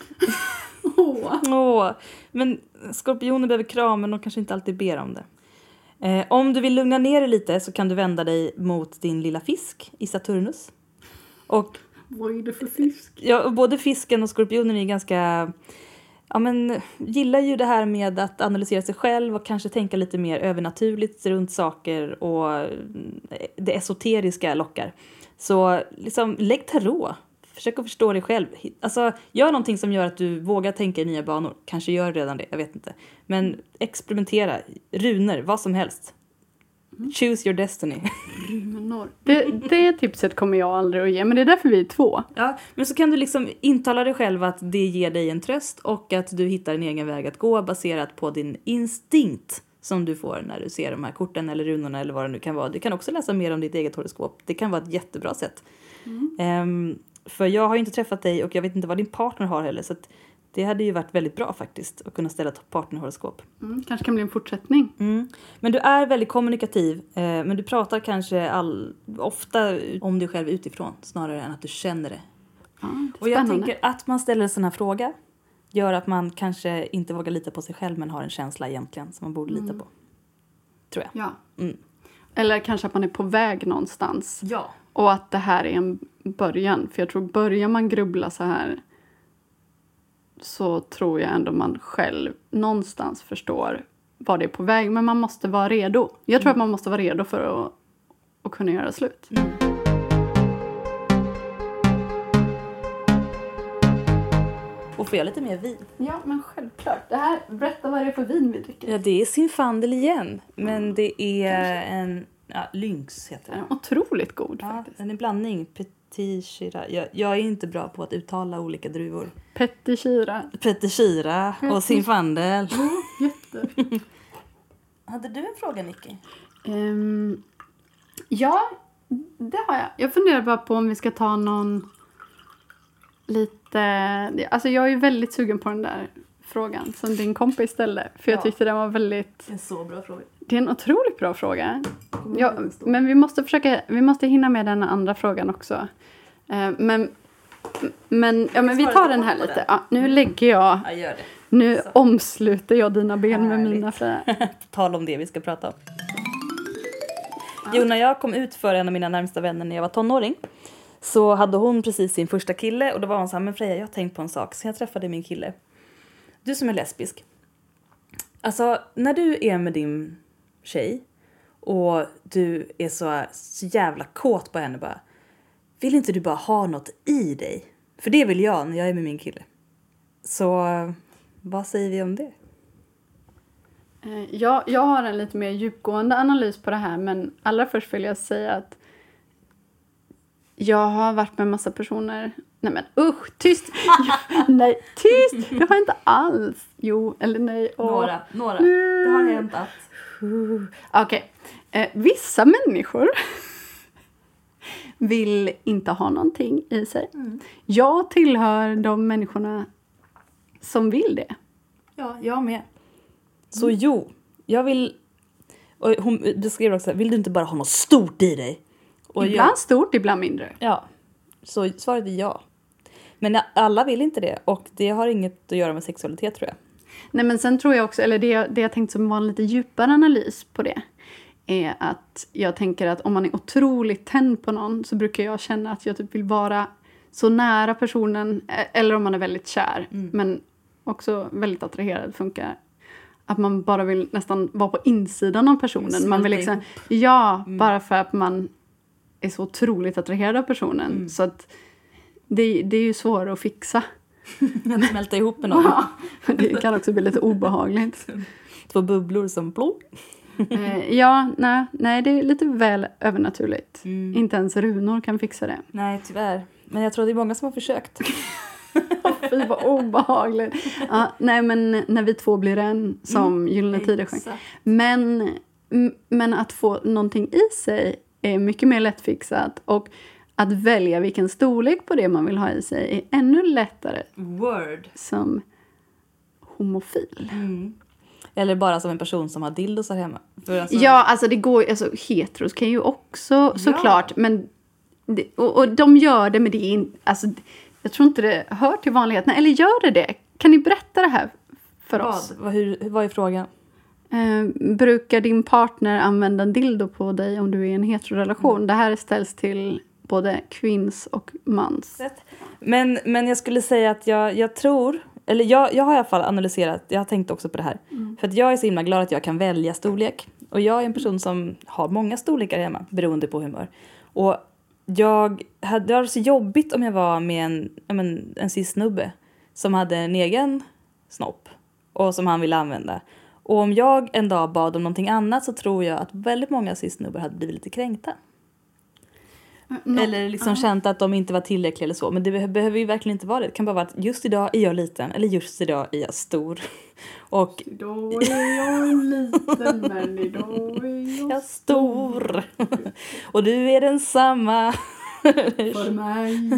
Åh. Åh, men skorpioner behöver kram men de kanske inte alltid ber om det. Eh, om du vill lugna ner dig lite så kan du vända dig mot din lilla fisk i Saturnus. Och Vad är det för fisk? ja, både fisken och skorpionen är ganska... Ja, men gillar ju det här med att analysera sig själv och kanske tänka lite mer övernaturligt runt saker och det esoteriska lockar. Så liksom, lägg tarot. Försök att förstå dig själv. Alltså, gör någonting som gör att du vågar tänka i nya banor. Kanske gör redan det, jag vet inte. Men experimentera. Runer, vad som helst. Choose your destiny. Runor. Det, det tipset kommer jag aldrig att ge, men det är därför vi är två. Ja, men så kan du liksom intala dig själv att det ger dig en tröst och att du hittar en egen väg att gå baserat på din instinkt som du får när du ser de här korten eller runorna eller vad det nu kan vara. Du kan också läsa mer om ditt eget horoskop. Det kan vara ett jättebra sätt. Mm. Um, för jag har ju inte träffat dig och jag vet inte vad din partner har heller, så att det hade ju varit väldigt bra faktiskt att kunna ställa ett partnerhoroskop. Mm, kanske kan bli en fortsättning. Mm. Men du är väldigt kommunikativ. Eh, men du pratar kanske all, ofta om dig själv utifrån snarare än att du känner det. Ja, det är Och jag spännande. tänker att man ställer en sån här fråga gör att man kanske inte vågar lita på sig själv men har en känsla egentligen som man borde lita Mm. på. Tror jag. Ja. Mm. Eller kanske att man är på väg någonstans. Ja. Och att det här är en början. För jag tror, börjar man grubbla så här så tror jag ändå man själv någonstans förstår vad det är på väg. Men man måste vara redo. Jag tror Mm. att man måste vara redo för att, att kunna göra slut. Mm. Och får jag lite mer vin? Ja, men självklart. Det här, berätta vad det är för vin vi dricker. Ja, det är Zinfandel igen. Men det är en... Ja, Lynx heter Den det. är otroligt god Ja, faktiskt. den är blandning. Petit Shira. Jag, jag är inte bra på att uttala olika druvor. Petit Shira. Petit Shira och Zinfandel. Jätte. Hade du en fråga, Nicky? Um, ja, det har jag. Jag funderar bara på om vi ska ta någon lite... Alltså jag är ju väldigt sugen på den där frågan som din kompis ställde. För jag Ja. tyckte den var väldigt... Det är en så bra fråga. Det är en otroligt bra fråga. Ja, men vi måste försöka... Vi måste hinna med den andra frågan också. Eh, men... Men, ja, men vi tar den här lite. Ja, nu lägger jag... Ja, gör det. Nu Så. omsluter jag dina ben med Härligt. mina Freja. Tal om det vi ska prata om. Jo, när jag kom ut för en av mina närmsta vänner när jag var tonåring så hade hon precis sin första kille och då var hon så här, men Freja, jag har tänkt på en sak. Så jag träffade min kille. Du som är lesbisk. Alltså, när du är med din tjej och du är så, så jävla kåt på henne bara. Vill inte du bara ha något i dig? För det vill jag när jag är med min kille. Så vad säger vi om det? Eh, Jag, jag har en lite mer djupgående analys på det här. Men allra först vill jag säga att jag har varit med en massa personer. Nej men usch, tyst! Nej, tyst! Det har inte alls. Jo, eller nej. Åh. Några, några. Det har hänt att... Okej. Eh, vissa människor vill inte ha någonting i sig. Mm. Jag tillhör de människorna som vill det. Ja, jag med. Så jo, jag vill... Och hon beskrev också, vill du inte bara ha något stort i dig? Och Ibland jag, stort, ibland mindre. ja, så svaret är ja. Men alla vill inte det. Och det har inget att göra med sexualitet, tror jag. Nej, men sen tror jag också, eller det, jag- det jag tänkte som var en lite djupare analys på det, är att jag tänker att om man är otroligt tänd på någon så brukar jag känna att jag typ vill vara så nära personen, eh, eller om man är väldigt kär, men också väldigt attraherad funkar. Att man bara vill nästan vara på insidan av personen. Man vill Smälta liksom, ja, bara för att man är så otroligt attraherad av personen. Så att det, det är ju svårt att fixa. Att smälta ihop med någon. Ja, det kan också bli lite obehagligt. Två bubblor som plong. Eh, ja, nej, nej, det är lite väl övernaturligt. Mm. Inte ens runor kan fixa det. Nej, tyvärr. Men jag tror det är många som har försökt. Fy vad obehagligt. Ja, nej, men när vi två blir en, som Gyllene Tider sjöng. Exakt. Men, m- men att få någonting i sig är mycket mer lättfixat. Och att välja vilken storlek på det man vill ha i sig är ännu lättare Word. som homofil. Mm. Eller bara som en person som har dildos här hemma. För alltså, Ja, alltså det går alltså heteros kan ju också såklart, men det, och, och de gör det, men det är in, alltså jag tror inte det hör till vanligheterna, eller gör det det? Kan ni berätta det här för oss? vad, vad, hur, vad är frågan? Eh, brukar din partner använda en dildo på dig om du är i en heterorelation? Mm. Det här ställs till både kvinns och mans. Men, men jag skulle säga att jag, jag tror, eller jag, jag har i alla fall analyserat, jag har tänkt också på det här. Mm. För att jag är så himla glad att jag kan välja storlek. Och jag är en person som har många storlekar hemma, beroende på humör. Och jag hade, det var så jobbigt om jag var med en, ja, men, en cis-snubbe som hade en egen snopp och som han ville använda. Och om jag en dag bad om någonting annat så tror jag att väldigt många cis-snubbar hade blivit lite kränkta. Nå- Eller liksom känt att de inte var tillräckliga eller så. Men det be- behöver ju verkligen inte vara det. Det kan bara vara att just idag är jag liten. Eller just idag är jag stor. Och Då är jag liten, men idag är jag är stor. Och du är densamma. för mig.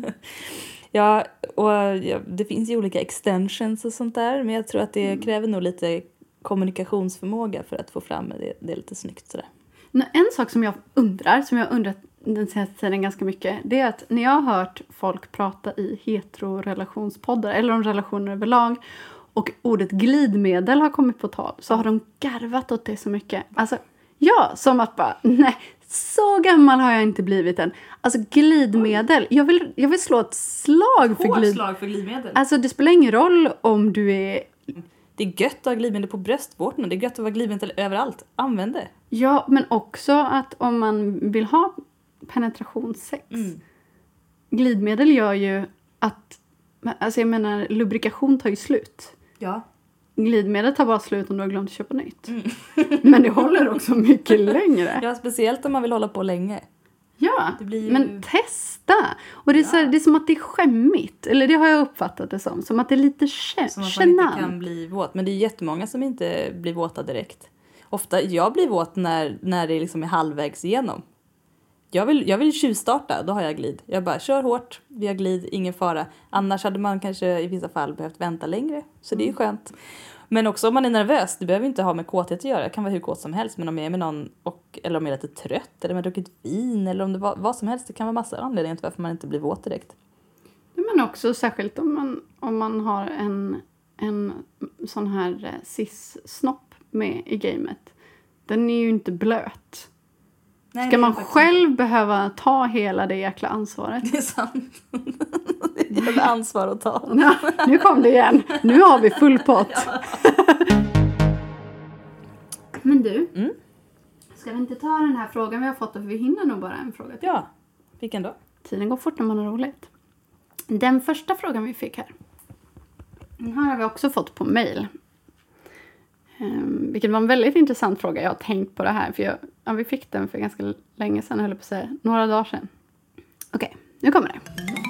Ja, och ja, det finns ju olika extensions och sånt där. Men jag tror att det kräver nog lite kommunikationsförmåga för att få fram det. Det är lite snyggt sådär. Nå- En sak som jag undrar, som jag har undrat den senaste tiden ganska mycket, det är att när jag har hört folk prata i heterorelationspoddar, eller om relationer överlag, och ordet glidmedel har kommit på tal, så har de garvat åt det så mycket. Alltså, ja, som att bara, nej, så gammal har jag inte blivit än. Alltså glidmedel, jag vill, jag vill slå ett slag för glid. slag för glidmedel. Alltså det spelar ingen roll om du är, Det är gött att ha glidmedel på bröstvårtorna. Det är gött att ha glidmedel överallt. Använd det. ja, men också att om man vill ha penetrationssex. Mm. Glidmedel gör ju att, alltså jag menar, lubrikation tar ju slut. Ja. Glidmedel tar bara slut om du har glömt att köpa nytt. Men det håller också mycket längre. Ja, speciellt om man vill hålla på länge. Ja, Det blir ju- men testa. Och det är, så här, det är som att det är skämmigt. Eller det har jag uppfattat det som. Som att det är lite kä- Som att man inte kan genant. bli våt. Men det är jättemånga som inte blir våta direkt. Ofta, jag blir våt när, när det liksom är halvvägs igenom. Jag vill, jag vill tjuvstarta, då har jag glid. Jag bara kör hårt, vi har glid, ingen fara. Annars hade man kanske i vissa fall behövt vänta längre. Så det är ju skönt. Men också om man är nervös, det behöver inte ha med kåthet att göra. Det kan vara hur kåt som helst. Men om jag är med någon, och, eller om jag är lite trött, eller om jag har druckit vin, eller om det var vad som helst. Det kan vara massa anledningar till varför man inte blir våt direkt. Men också särskilt om man, om man har en, en sån här cis-snopp med i gamet. Den är ju inte blöt. Nej, ska man själv behöva ta hela det jäkla ansvaret? Det är sant. Det är ett ansvar att ta. Ja, nu kom det igen. Nu har vi full pott. Ja. Men du, Mm. ska vi inte ta den här frågan vi har fått? För vi hinner nog bara en fråga till. Ja, vilken då? Tiden går fort när man har roligt. Den första frågan vi fick här. Den här har vi också fått på mail. Um, vilket var en väldigt intressant fråga. Jag har tänkt på det här. För jag, ja, vi fick den för ganska länge sedan. Höll på att säga. Några dagar sedan. Okej, okay, nu kommer det.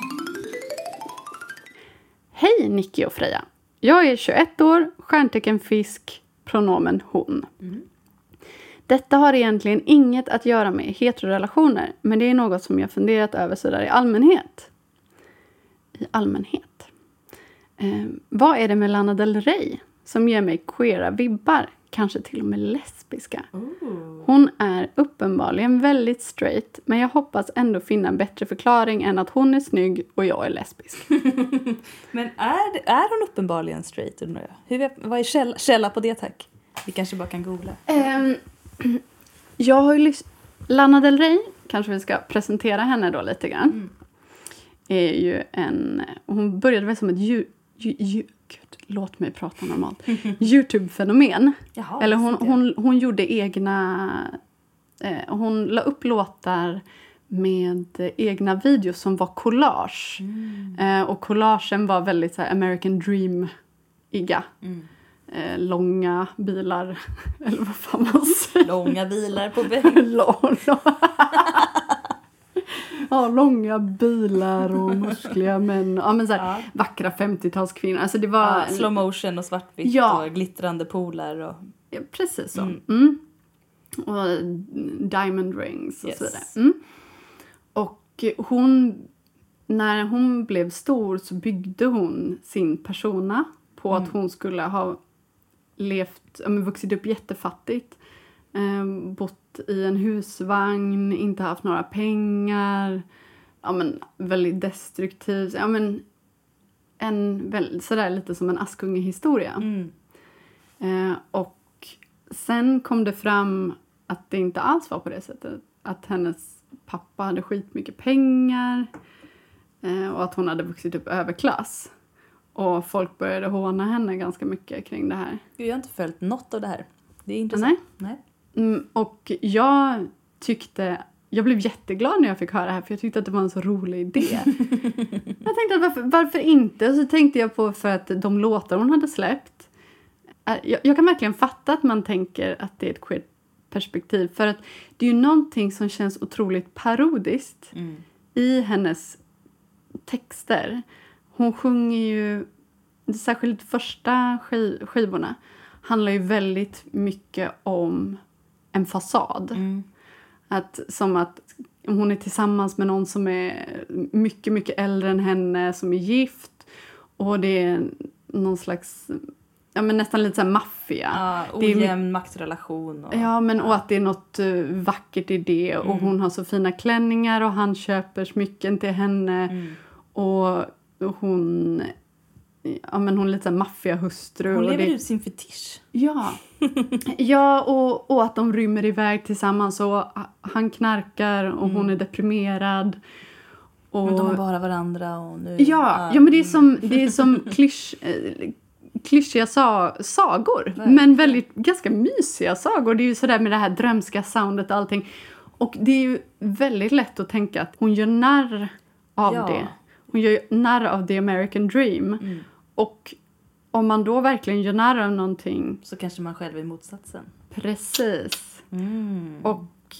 Hej Nicky och Freja. Jag är tjugoett år. Stjärntecken fisk. Pronomen hon. Mm. Detta har egentligen inget att göra med heterorelationer. Men det är något som jag funderat över sådär i allmänhet. I allmänhet. Eh, vad är det med Lana Del Rey som ger mig queera vibbar? Kanske till och med lesbiska. Ooh. Hon är uppenbarligen väldigt straight. Men jag hoppas ändå finna en bättre förklaring än att hon är snygg och jag är lesbisk. Men är, det, är hon uppenbarligen straight? Hur, vad är källa, källa på det, tack? Vi kanske bara kan googla. Um, jag har ju lys- Lana Del Rey, kanske vi ska presentera henne då lite grann. Mm. Är ju en, hon började väl som ett ju, ju, ju, Gud, låt mig prata normalt. YouTube-fenomen. Jaha, eller hon, hon, hon gjorde egna, eh, hon la upp låtar med egna videos som var collage. Mm. Eh, och collagen var väldigt så här American Dream-iga. Mm. Eh, långa bilar, eller vad fan man säger. Långa bilar på väg. Lång, lång. Ja, långa bilar och muskliga män. Ja, men så här, ja. Vackra femtiotalskvinnor. Alltså det var ja, slow motion och svartvitt ja. Och glittrande poler. Och... Ja, precis så. Mm. Mm. Och diamond rings och yes. så vidare. Mm. Och hon, när hon blev stor så byggde hon sin persona på mm. att hon skulle ha levt, ja, men vuxit upp jättefattigt. Eh, bott i en husvagn, inte haft några pengar. Ja, men väldigt destruktiv. Ja, men en väl, sådär lite som en Askungehistoria. Mm. Eh, och sen kom det fram att det inte alls var på det sättet. Att hennes pappa hade skitmycket pengar. Eh, och att hon hade vuxit upp överklass. Och folk började håna henne ganska mycket kring det här. Jag har inte följt något av det här. Det är intressant. Nej. Nej. Mm, och jag tyckte... Jag blev jätteglad när jag fick höra det här. För jag tyckte att det var en så rolig idé. Jag tänkte att varför, varför inte? Och så tänkte jag på för att de låtar hon hade släppt. Jag, jag kan verkligen fatta att man tänker att det är ett queer perspektiv. För att det är ju någonting som känns otroligt parodiskt. Mm. I hennes texter. Hon sjunger ju... Särskilt första skiv, skivorna. Handlar ju väldigt mycket om en fasad. Mm. Att, som att hon är tillsammans med någon som är mycket, mycket äldre än henne. Som är gift. Och det är någon slags... Ja, men nästan lite så här maffia. Ja, ojämn maktrelation. Och, ja, men och att det är något uh, vackert i det. Mm. Och hon har så fina klänningar och han köper smycken till henne. Mm. Och, och hon... Ja, men hon är lite så här maffiahustru. Hon lever det... ut sin fetisch. Ja. Ja, och, och att de rymmer iväg tillsammans. Och han knarkar och mm. hon är deprimerad. Och... Men de har bara varandra. Och nu... ja, ja, men det är som, det är som klysch, eh, klyschiga sa, sagor. Verkligen. Men väldigt, ganska mysiga sagor. Det är ju sådär med det här drömska soundet och allting. Och det är ju väldigt lätt att tänka att hon gör narr av ja. det. Hon gör narr av the American dream. Mm. Och om man då verkligen gör narr av någonting... Så kanske man själv är motsatsen. Precis. Mm. Och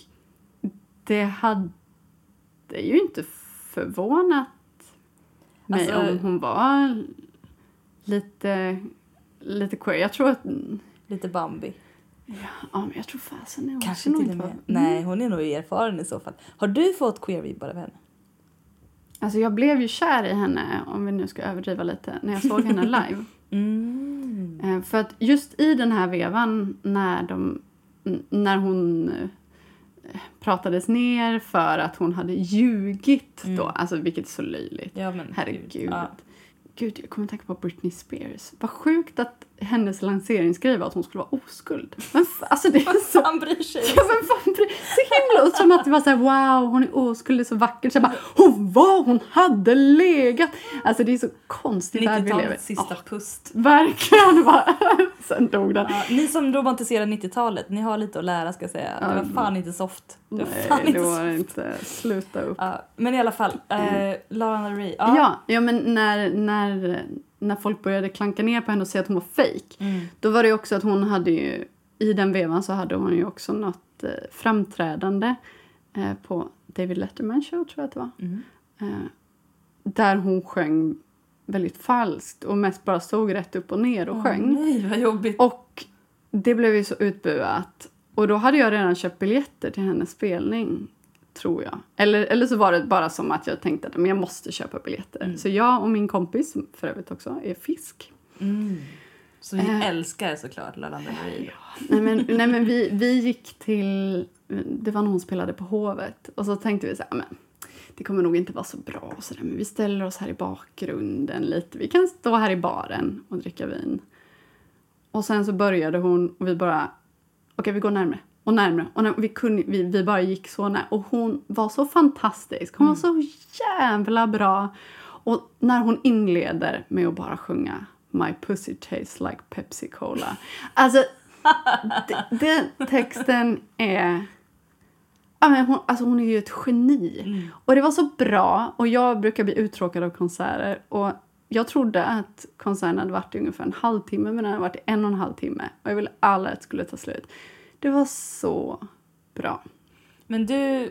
det hade ju inte förvånat mig alltså, om hon var lite, lite queer. Jag tror att... Lite Bambi. Ja, men jag tror fasen är hon Kanske nog till och inte med. vara- Nej, hon är nog erfaren i så fall. Har du fått queer-vibbar av henne? Alltså jag blev ju kär i henne, om vi nu ska överdriva lite, när jag såg henne live. Mm. Eh, För att just i den här vevan när, de, n- när hon eh, pratades ner för att hon hade ljugit då, Mm. alltså vilket är så löjligt. Ja, men Herregud. gud. Ja. Gud, jag kommer att tänka på Britney Spears. Vad sjukt att hennes lanseringsgrej var att hon skulle vara oskuld. Men f- alltså det är så... Han bryr sig. Ja, men fan, bry- så himla som att det var så här, wow, hon är oskuld, det är så vackert. Så jag bara, hon var, hon hade legat. Alltså det är så konstigt värld vi lever i. nittiotalets sista Ja, pust. verkligen. Bara. Sen dog den. Ja, ni som romantiserar nittiotalet, ni har lite att lära ska jag säga. Det var fan inte soft. Det var fan Nej, inte det var soft. inte. Sluta upp. Ja, men i alla fall, eh, Lana Del Rey. Ja. Ja, ja men när, när, när folk började klanka ner på henne och säga att hon var fake. Mm. Då var det också att hon hade ju, i den vevan så hade hon ju också något eh, framträdande eh, på David Letterman show, tror jag att det var. Mm. Eh, där hon sjöng väldigt falskt och mest bara stod rätt upp och ner och Åh, sjöng. nej, vad jobbigt. Och det blev ju så utbuat. Och då hade jag redan köpt biljetter till hennes spelning, tror jag. Eller, eller så var det bara som att jag tänkte att men jag måste köpa biljetter. Mm. Så jag och min kompis, som för övrigt också är fisk. Mm. Så vi Eh. älskar såklart Lana Del Rey. Nej men, nej, men vi, vi gick till... Det var när hon spelade på Hovet. Och så tänkte vi så här, men det kommer nog inte vara så bra. Och så där, men vi ställer oss här i bakgrunden lite. Vi kan stå här i baren och dricka vin. Och sen så började hon och vi bara... Okej, vi går närmare. Och närmare. Och när, vi, kunde, vi, vi bara gick så nära. Och hon var så fantastisk. Hon var så jävla bra. Och när hon inleder med att bara sjunga My pussy tastes like Pepsi Cola. Alltså, d- den texten är... Ja, men hon, alltså hon är ju ett geni. Mm. Och det var så bra. Och jag brukar bli uttråkad av konserter. Och jag trodde att konserten hade varit i ungefär en halvtimme. Men den hade varit i en och en halv timme. Och jag ville alla att det skulle ta slut. Det var så bra. Men du,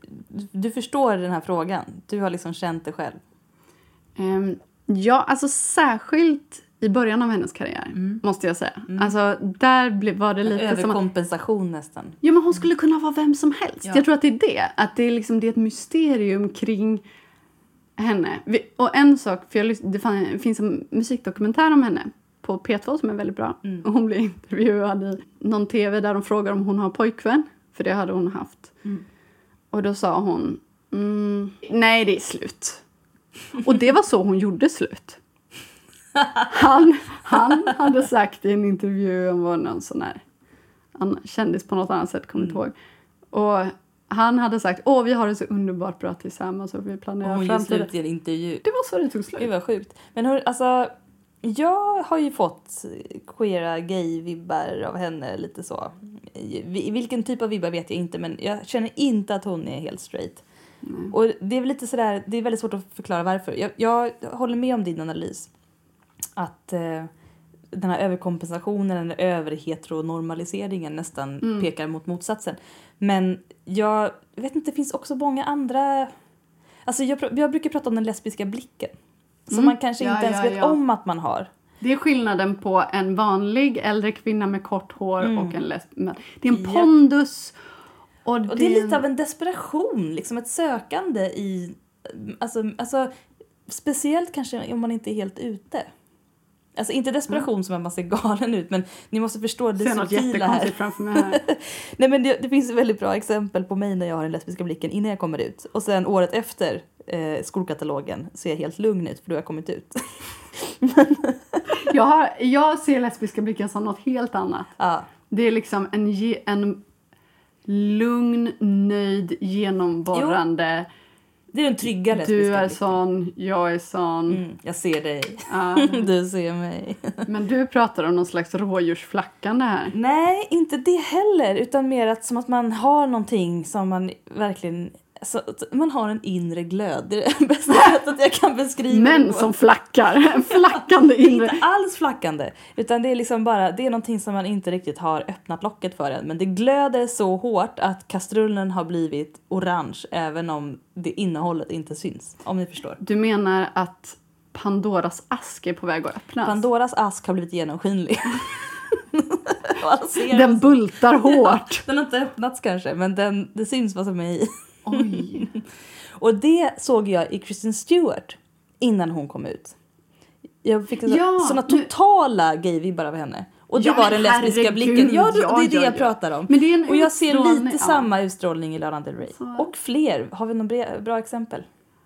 du förstår den här frågan. Du har liksom känt det själv. Um, ja, alltså särskilt i början av hennes karriär. Mm. Måste jag säga. Mm. Alltså där ble, var det lite som att... Överkompensation nästan. Ja, men hon skulle kunna vara vem som helst. Ja. Jag tror att det är det. Att det är, liksom, det är ett mysterium kring henne. Vi, och en sak, för jag, lys- det fan, finns en musikdokumentär om henne på P två som är väldigt bra. Mm. Och hon blir intervjuad i någon tv där de frågar om hon har pojkvän. För det hade hon haft. Mm. Och då sa hon, mm, nej det är slut. Och det var så hon gjorde slut. Han, han hade sagt i en intervju om var någon sån här han kändis på något annat sätt, kommer inte ihåg. Och han hade sagt, åh vi har det så underbart bra tillsammans och vi Och planerar hon ger framtiden. slut i en intervju. Det var så det tog slut. Gud vad sjukt. Men hur, alltså, jag har ju fått queera gay-vibbar av henne lite så. I vilken typ av vibbar vet jag inte, men jag känner inte att hon är helt straight. Mm. Och det är väl lite sådär, det är väldigt svårt att förklara varför. Jag, jag håller med om din analys. Att eh, den här överkompensationen, den överheteronormaliseringen nästan Mm. pekar mot motsatsen. Men jag vet inte, det finns också många andra... Alltså jag, pr- jag brukar prata om den lesbiska blicken. Som Mm. man kanske Ja, inte ens ja, vet ja. om att man har. Det är skillnaden på en vanlig äldre kvinna med kort hår Mm. och en lesb. Det är en Japp. pondus. Och, Och det är lite av en desperation, liksom ett sökande i... Alltså, alltså, speciellt kanske om man inte är helt ute. Alltså inte desperation Mm. som att man ser galen ut, men ni måste förstå det ser något subtila här. jättekonstigt framför mig här. Nej, men det, det finns väldigt bra exempel på mig när jag har den lesbiska blicken innan jag kommer ut. Och sen året efter eh, skolkatalogen ser jag helt lugn ut för då har jag kommit ut. Jag, har, jag ser lesbiska blicken som något helt annat. Ja. Det är liksom en, ge- en lugn, nöjd, genomborrande. Det är den trygga lesbiska Du är blicken. sån, jag är sån. Mm, jag ser dig. Ja. Du ser mig. Men du pratar om någon slags rådjursflackande här. Nej, inte det heller. Utan mer att, som att man har någonting som man verkligen... Alltså, man har en inre glöd. Det är det bästa sättet jag kan beskriva. Män det. som flackar. En flackande Det är inre. inte alls flackande. Utan det är liksom bara... Det är någonting som man inte riktigt har öppnat locket för än. Men det glöder så hårt att kastrullen har blivit orange. Även om det innehållet inte syns. Om ni förstår. Du menar att Pandoras ask är på väg att öppnas? Pandoras ask har blivit genomskinlig. Och alla ser Den vad- bultar hårt. Den har inte öppnats kanske, men den, det syns vad som är i. Oj. Och det såg jag i Kristen Stewart innan hon kom ut. Jag fick Ja, sådana nu- totala gay-vibbar av henne. Och det Ja, var den men lesbiska herregud, blicken. Ja, det, ja, det är det ja, jag ja. pratar om. Men det är en Och jag ser utstrålning, lite ja. samma utstrålning i Lana Del Rey. Så- Och fler. Har vi några bra, bra exempel?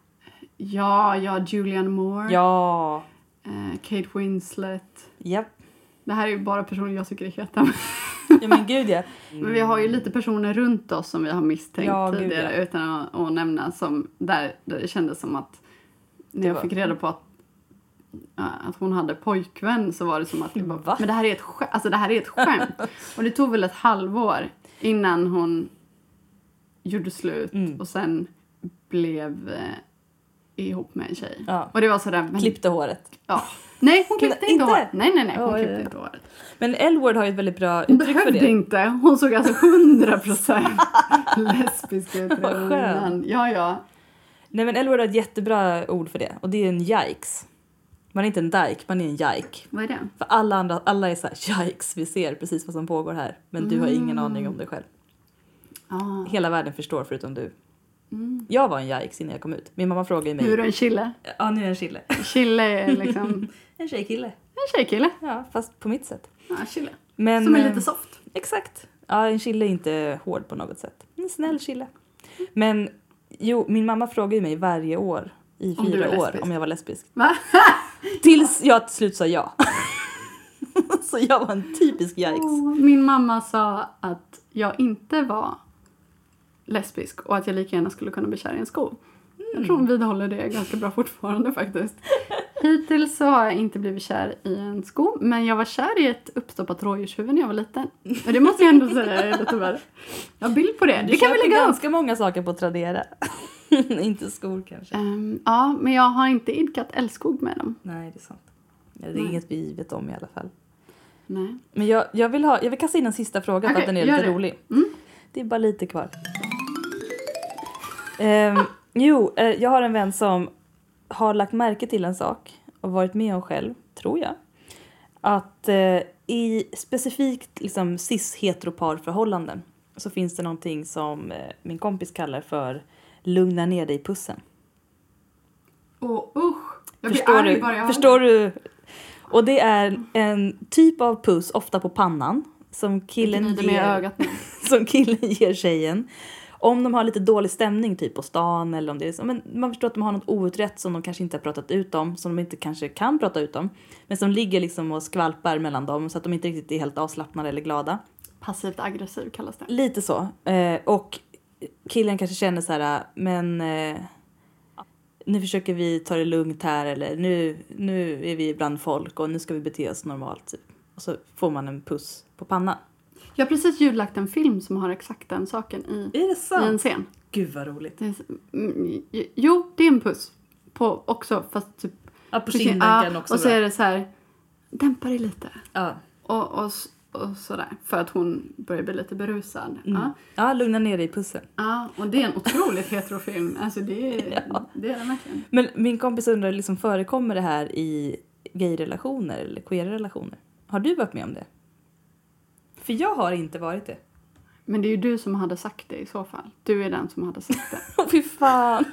Ja, ja, Julianne Moore. Ja. Eh, Kate Winslet. Japp. Det här är ju bara personer jag tycker är heta. Ja men gud ja. Men vi har ju lite personer runt oss som vi har misstänkt Ja, gud, tidigare ja. utan att, att nämna som där, där det kändes som att när Det jag var- fick reda på att, ja, att hon hade pojkvän så var det som att det bara, Va? men det här är ett skämt, alltså det här är ett skämt. Och det tog väl ett halvår innan hon gjorde slut Mm. och sen blev eh, ihop med en tjej. Ja. Och det var sådär, men, Klippte håret. ja. Nej, hon klippte inte, Inte? håret. Nej, nej, nej, hon Oj, klippte oj, oj. inte håret. Men Elwood har ju ett väldigt bra Hon uttryck för behövde det. inte. Hon såg alltså hundra procent lesbisk ut Vad redan skönt. innan. Ja, ja. Nej men Elwood har ett jättebra ord för det. Och det är en yikes. Man är inte en dyke, man är en yike. Vad är det? För alla andra, alla är så här, yikes, vi ser precis vad som pågår här. Men du har ingen aning om det själv. Ah. Hela världen förstår förutom du. Mm. Jag var en yikes innan jag kom ut. Min mamma frågade mig. Nu är du en kille. Ja, nu är jag en kille. Kille är liksom En tjejkille. en tjejkille. Ja, fast på mitt sätt. Ja, kille. Men, Som är eh, lite soft. Exakt. Ja, en kille är inte hård på något sätt. En snäll kille. Men jo, min mamma frågade ju mig varje år i Om du fyra är år lesbisk. om jag var lesbisk. Va? Tills jag till slut sa ja. Så jag var en typisk yikes. Oh, min mamma sa att jag inte var lesbisk och att jag lika gärna skulle kunna bli kär i en sko. Jag tror hon vidhåller det ganska bra fortfarande faktiskt. Hittills så har jag inte blivit kär i en sko, men jag var kär i ett uppstoppat rådjurshuvud när jag var liten. Och det måste jag ändå säga är lite värre. Jag har bild på det. Det kan vi köper lägga upp. ganska många saker på Tradera. Inte skor kanske. Ehm, ja, men jag har inte idkat älskog med dem. Nej, det är sant. Ja, det är Nej. inget vi vet om i alla fall. Nej. Men jag, jag, vill, ha, jag vill kasta in en sista fråga för Okej, att den är gör lite det. rolig. Mm. Det är bara lite kvar. Ehm, jo, eh, jag har en vän som har lagt märke till en sak och varit med om själv, tror jag. Att eh, i specifikt liksom, cis-heteroparförhållanden så finns det någonting som eh, min kompis kallar för lugna ner dig-pussen. Åh, usch. Jag blir Förstår arg du? bara jag Förstår du? Och det är en typ av puss, ofta på pannan, som killen, Gnider med ger, ögat nu. som killen ger tjejen. Om de har lite dålig stämning typ på stan eller om det är så, men man förstår att de har något outrätt som de kanske inte har pratat ut om, som de inte kanske kan prata ut om, men som ligger liksom och skvalpar mellan dem så att de inte riktigt är helt avslappnade eller glada. Passivt aggressiv kallas det. Lite så. Eh, och killen kanske känner så här, men eh, nu försöker vi ta det lugnt här eller nu, nu är vi bland folk och nu ska vi bete oss normalt. Typ. Och så får man en puss på pannan. Jag har precis ljudlagt en film som har exakt den saken i, Är det i sant? en scen. Gud vad roligt. Det är, mm, jo, det är en puss. På också, fast typ... Ja, på precis, kinden ja, kan också och så bra. är det så här, dämpa dig lite. Ja. Och, och, s- och sådär. För att hon börjar bli lite berusad. Mm. Ja. ja, lugna ner dig i pussen. Ja, och det är en otroligt heterofilm. Alltså det är, Ja. det är det verkligen. Men min kompis undrar, liksom, förekommer det här i gay-relationer eller queer-relationer? Har du varit med om det? För jag har inte varit det. Men det är ju du som hade sagt det i så fall. Du är den som hade sagt det. Åh fy fan.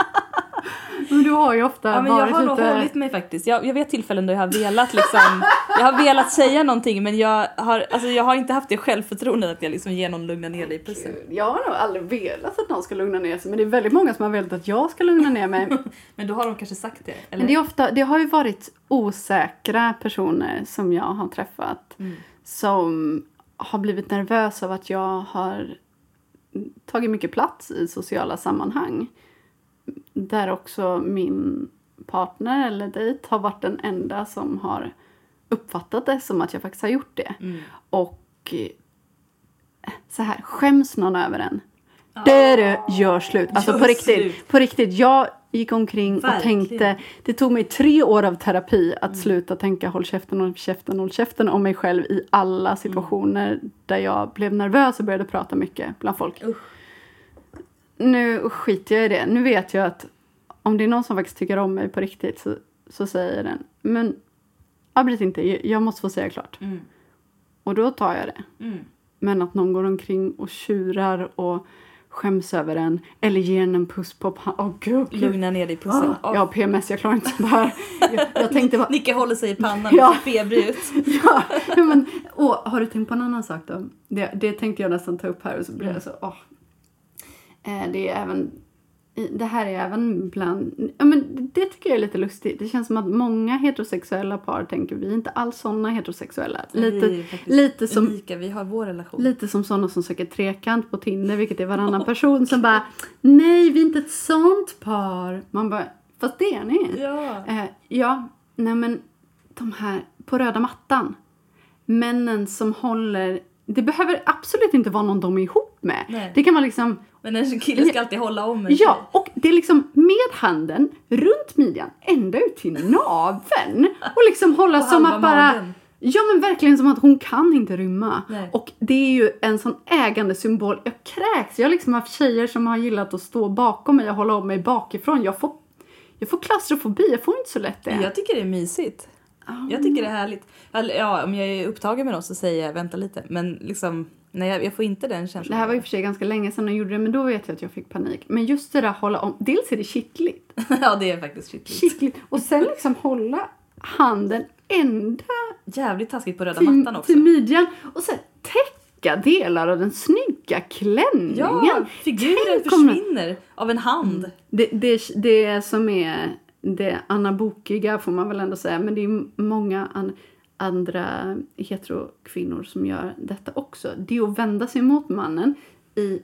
Men du har ju ofta Ja, men jag varit har nog lite... hållit mig faktiskt. Jag, jag vet tillfällen då jag har velat liksom, jag har velat säga någonting men jag har, alltså, jag har inte haft det självförtroendet att jag liksom ger någon lugna ner dig i pussen. Jag har nog aldrig velat att någon ska lugna ner sig. Men det är väldigt många som har velat att jag ska lugna ner mig. Men då har de kanske sagt det, eller? Men det, är ofta, det har ju varit osäkra personer som jag har träffat. Mm. Som har blivit nervösa av att jag har tagit mycket plats i sociala sammanhang. Där också min partner eller dejt har varit den enda som har uppfattat det som att jag faktiskt har gjort det. Mm. Och eh, så här, skäms någon över en. Det du gör slut. Alltså Gör på riktigt. slut. På riktigt. Jag gick omkring och Verkligen. tänkte. Det tog mig tre år av terapi att sluta tänka håll käften, håll käften, håll käften om mig själv i alla situationer där jag blev nervös och började prata mycket bland folk. Usch. Nu skiter jag i det. Nu vet jag att om det är någon som faktiskt tycker om mig på riktigt så, så säger den. Men avbryt inte, jag- jag måste få säga klart. Mm. Och då tar jag det. Mm. Men att någon går omkring och tjurar och skäms över en. Eller ger en en puss på pannan. Åh gud. Lugna ner dig i pussen. Ah, jag har P M S, jag klarar inte det här. Jag, jag tänkte bara... Nicke håller sig i pannan Ja. och ser febrig ut. ja, men, och, har du tänkt på en annan sak då? Det, det tänkte jag nästan ta upp här och så blev jag så... åh. Eh, det är även... Det här är även bland... Ja, men det tycker jag är lite lustigt. Det känns som att många heterosexuella par tänker vi är inte alls sådana heterosexuella. Lite, vi är faktiskt lite som... unika, vi har vår relation. Lite som sådana som söker trekant på Tinder, vilket är varannan person som bara, nej, vi är inte ett sånt par. Man bara, fast det är ni. Ja. Eh, ja, nej men de här på röda mattan. Männen som håller, det behöver absolut inte vara någon de är ihop med. Nej. Det kan vara liksom, Men en kille ska alltid hålla om en ja, och det är liksom med handen runt midjan, ända ut till naveln. Och liksom hålla Och som halva att bara... magen. Ja, men verkligen som att hon kan inte rymma. Nej. Och det är ju en sån ägande symbol. Jag kräks. Jag har liksom haft tjejer som har gillat att stå bakom mig och hålla om mig bakifrån. Jag får, jag får klaustrofobi. Jag får inte så lätt det. Jag tycker det är mysigt. Jag tycker det är härligt. Alltså, ja, om jag är upptagen med något så säger jag vänta lite. Men liksom, nej, jag, jag får inte den känslan. Det här var ju för sig ganska länge sedan jag gjorde det. Men då vet jag att jag fick panik. Men just det där hålla om. Dels är det kittligt. Ja, det är faktiskt kittligt. Kittligt. Och sen liksom hålla handen ända Jävligt taskigt på röda till, mattan också. till midjan. Och sen täcka delar av den snygga klänningen. Ja, figuren Tänk om- försvinner av en hand. Det, det, det som är det anabokiga får man väl ändå säga. Men det är många an, andra heterokvinnor som gör detta också. Det är att vända sig mot mannen i,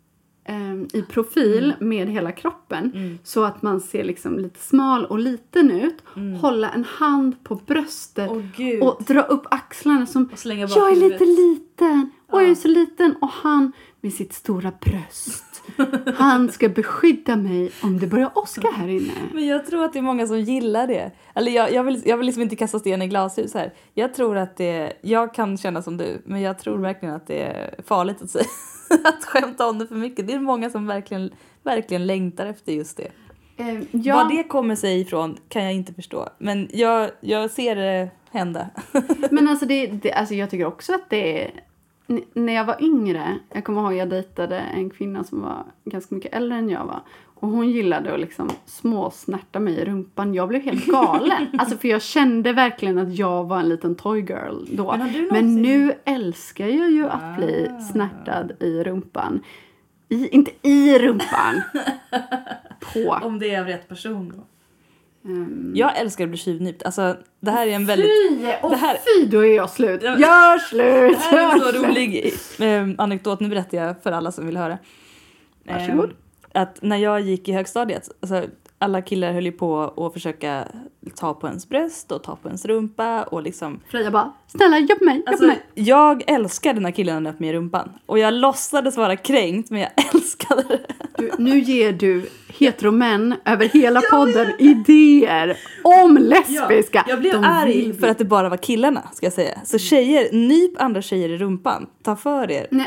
ehm, i profil Mm. med hela kroppen. Så att man ser liksom lite smal och liten ut. Hålla en hand på bröstet. Åh, gud. Och dra upp axlarna som Och slänga bak jag är huvudet. lite liten. Och jag Ja. är så liten. Och han med sitt stora bröst. Han ska beskydda mig om det börjar åska här inne. Men jag tror att det är många som gillar det. Eller jag, jag, vill, jag vill liksom inte kasta sten i glashus här. Jag tror att det... Jag kan känna som du. Men jag tror verkligen att det är farligt att säga. Att skämta om det för mycket. Det är många som verkligen, verkligen längtar efter just det. Eh, ja, Vad det kommer sig ifrån kan jag inte förstå. Men jag, jag ser det hända. men alltså, det, det, alltså jag tycker också att det är... N- när jag var yngre, jag kommer ihåg jag dejtade en kvinna som var ganska mycket äldre än jag var. Och hon gillade att liksom småsnärta mig i rumpan. Jag blev helt galen. Alltså för jag kände verkligen att jag var en liten toy girl då. Men har du Men någonsin- nu älskar jag ju att bli snärtad i rumpan. I, inte i rumpan. På. Om det är av rätt person då. Um, Jag älskar att bli tjuvnypt. Alltså, det här är en väldigt... Fy! Och det här- fy, då är jag slut. Ja. Gör slut! Det här är en Gör så slut. rolig eh, anekdot. Nu berättar jag för alla som vill höra. Eh, Varsågod. att när jag gick i högstadiet, alltså, alla killar höll ju på att försöka ta på ens bröst och ta på ens rumpa och liksom... Freja bara, snälla hjälp mig, hjälp Alltså, mig. jag älskade när killarna nöp mig i rumpan. Och jag låtsades vara kränkt, men jag älskade det. Du, nu ger du heteromän över hela podden idéer om lesbiska. Jag blev De arg vill- för att det bara var killarna, ska jag säga. Så tjejer, nyp andra tjejer i rumpan. Ta för er. Nej.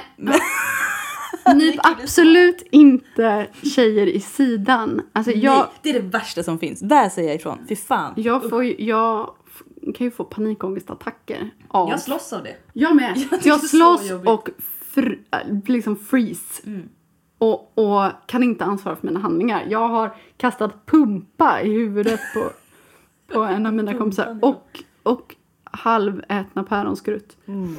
Nyp absolut inte tjejer i sidan. Alltså jag, Nej, det är det värsta som finns. Där säger jag ifrån. Fy fan. jag, får, ju- jag f- kan ju få panikångestattacker av... Jag slåss av det. Jag med. Jag tycker Jag, det är så slåss jobbigt. och fr, liksom freeze. Mm. Och, och kan inte ansvara för mina handlingar. Jag har kastat pumpa i huvudet på, på en av mina kompisar. Och, och halvätna päronskrutt. Mm.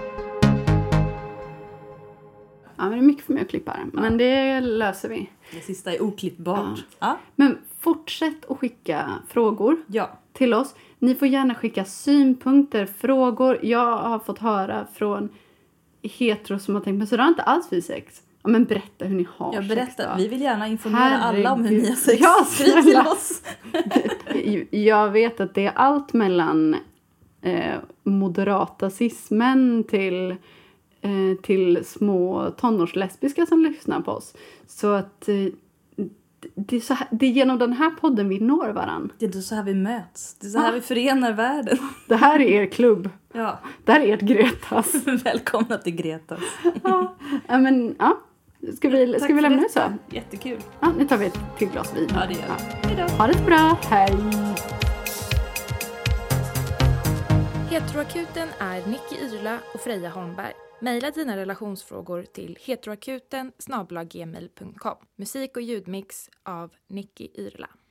Ja, men det är mycket för mig att klippa här. Men det löser vi. Det sista är oklippbart. Ja. Men fortsätt att skicka frågor Ja. till oss. Ni får gärna skicka synpunkter, frågor. Jag har fått höra från hetero som har tänkt, men så har inte alls vi sex. Ja, men berätta hur ni har Jag sex berättar. då. Vi vill gärna informera alla om hur Herregud. ni har sex. Ja, Skriv till snälla. oss. Jag vet att det är allt mellan eh, moderata cis-män till, eh, till små tonårslesbiska som lyssnar på oss. Så att eh, det, är så här, det är genom den här podden vi når varann. Det är så här vi möts. Det är så här vi förenar världen. Det här är er klubb. Ja. Det här är ert Gretas. Välkomna till Gretas. Ja, ja, men ja. Ska vi, ska Tack vi för lämna detta. det så? Jättekul. Ja, nu tar vi ett till glas vin. Ja, det gör vi. Hejdå. Ha det så bra. Hej! Heteroakuten är Nicky Yrla och Freja Holmberg. Maila dina relationsfrågor till heteroakuten snabel-a gmail punkt com. Musik och ljudmix av Nicky Yrla.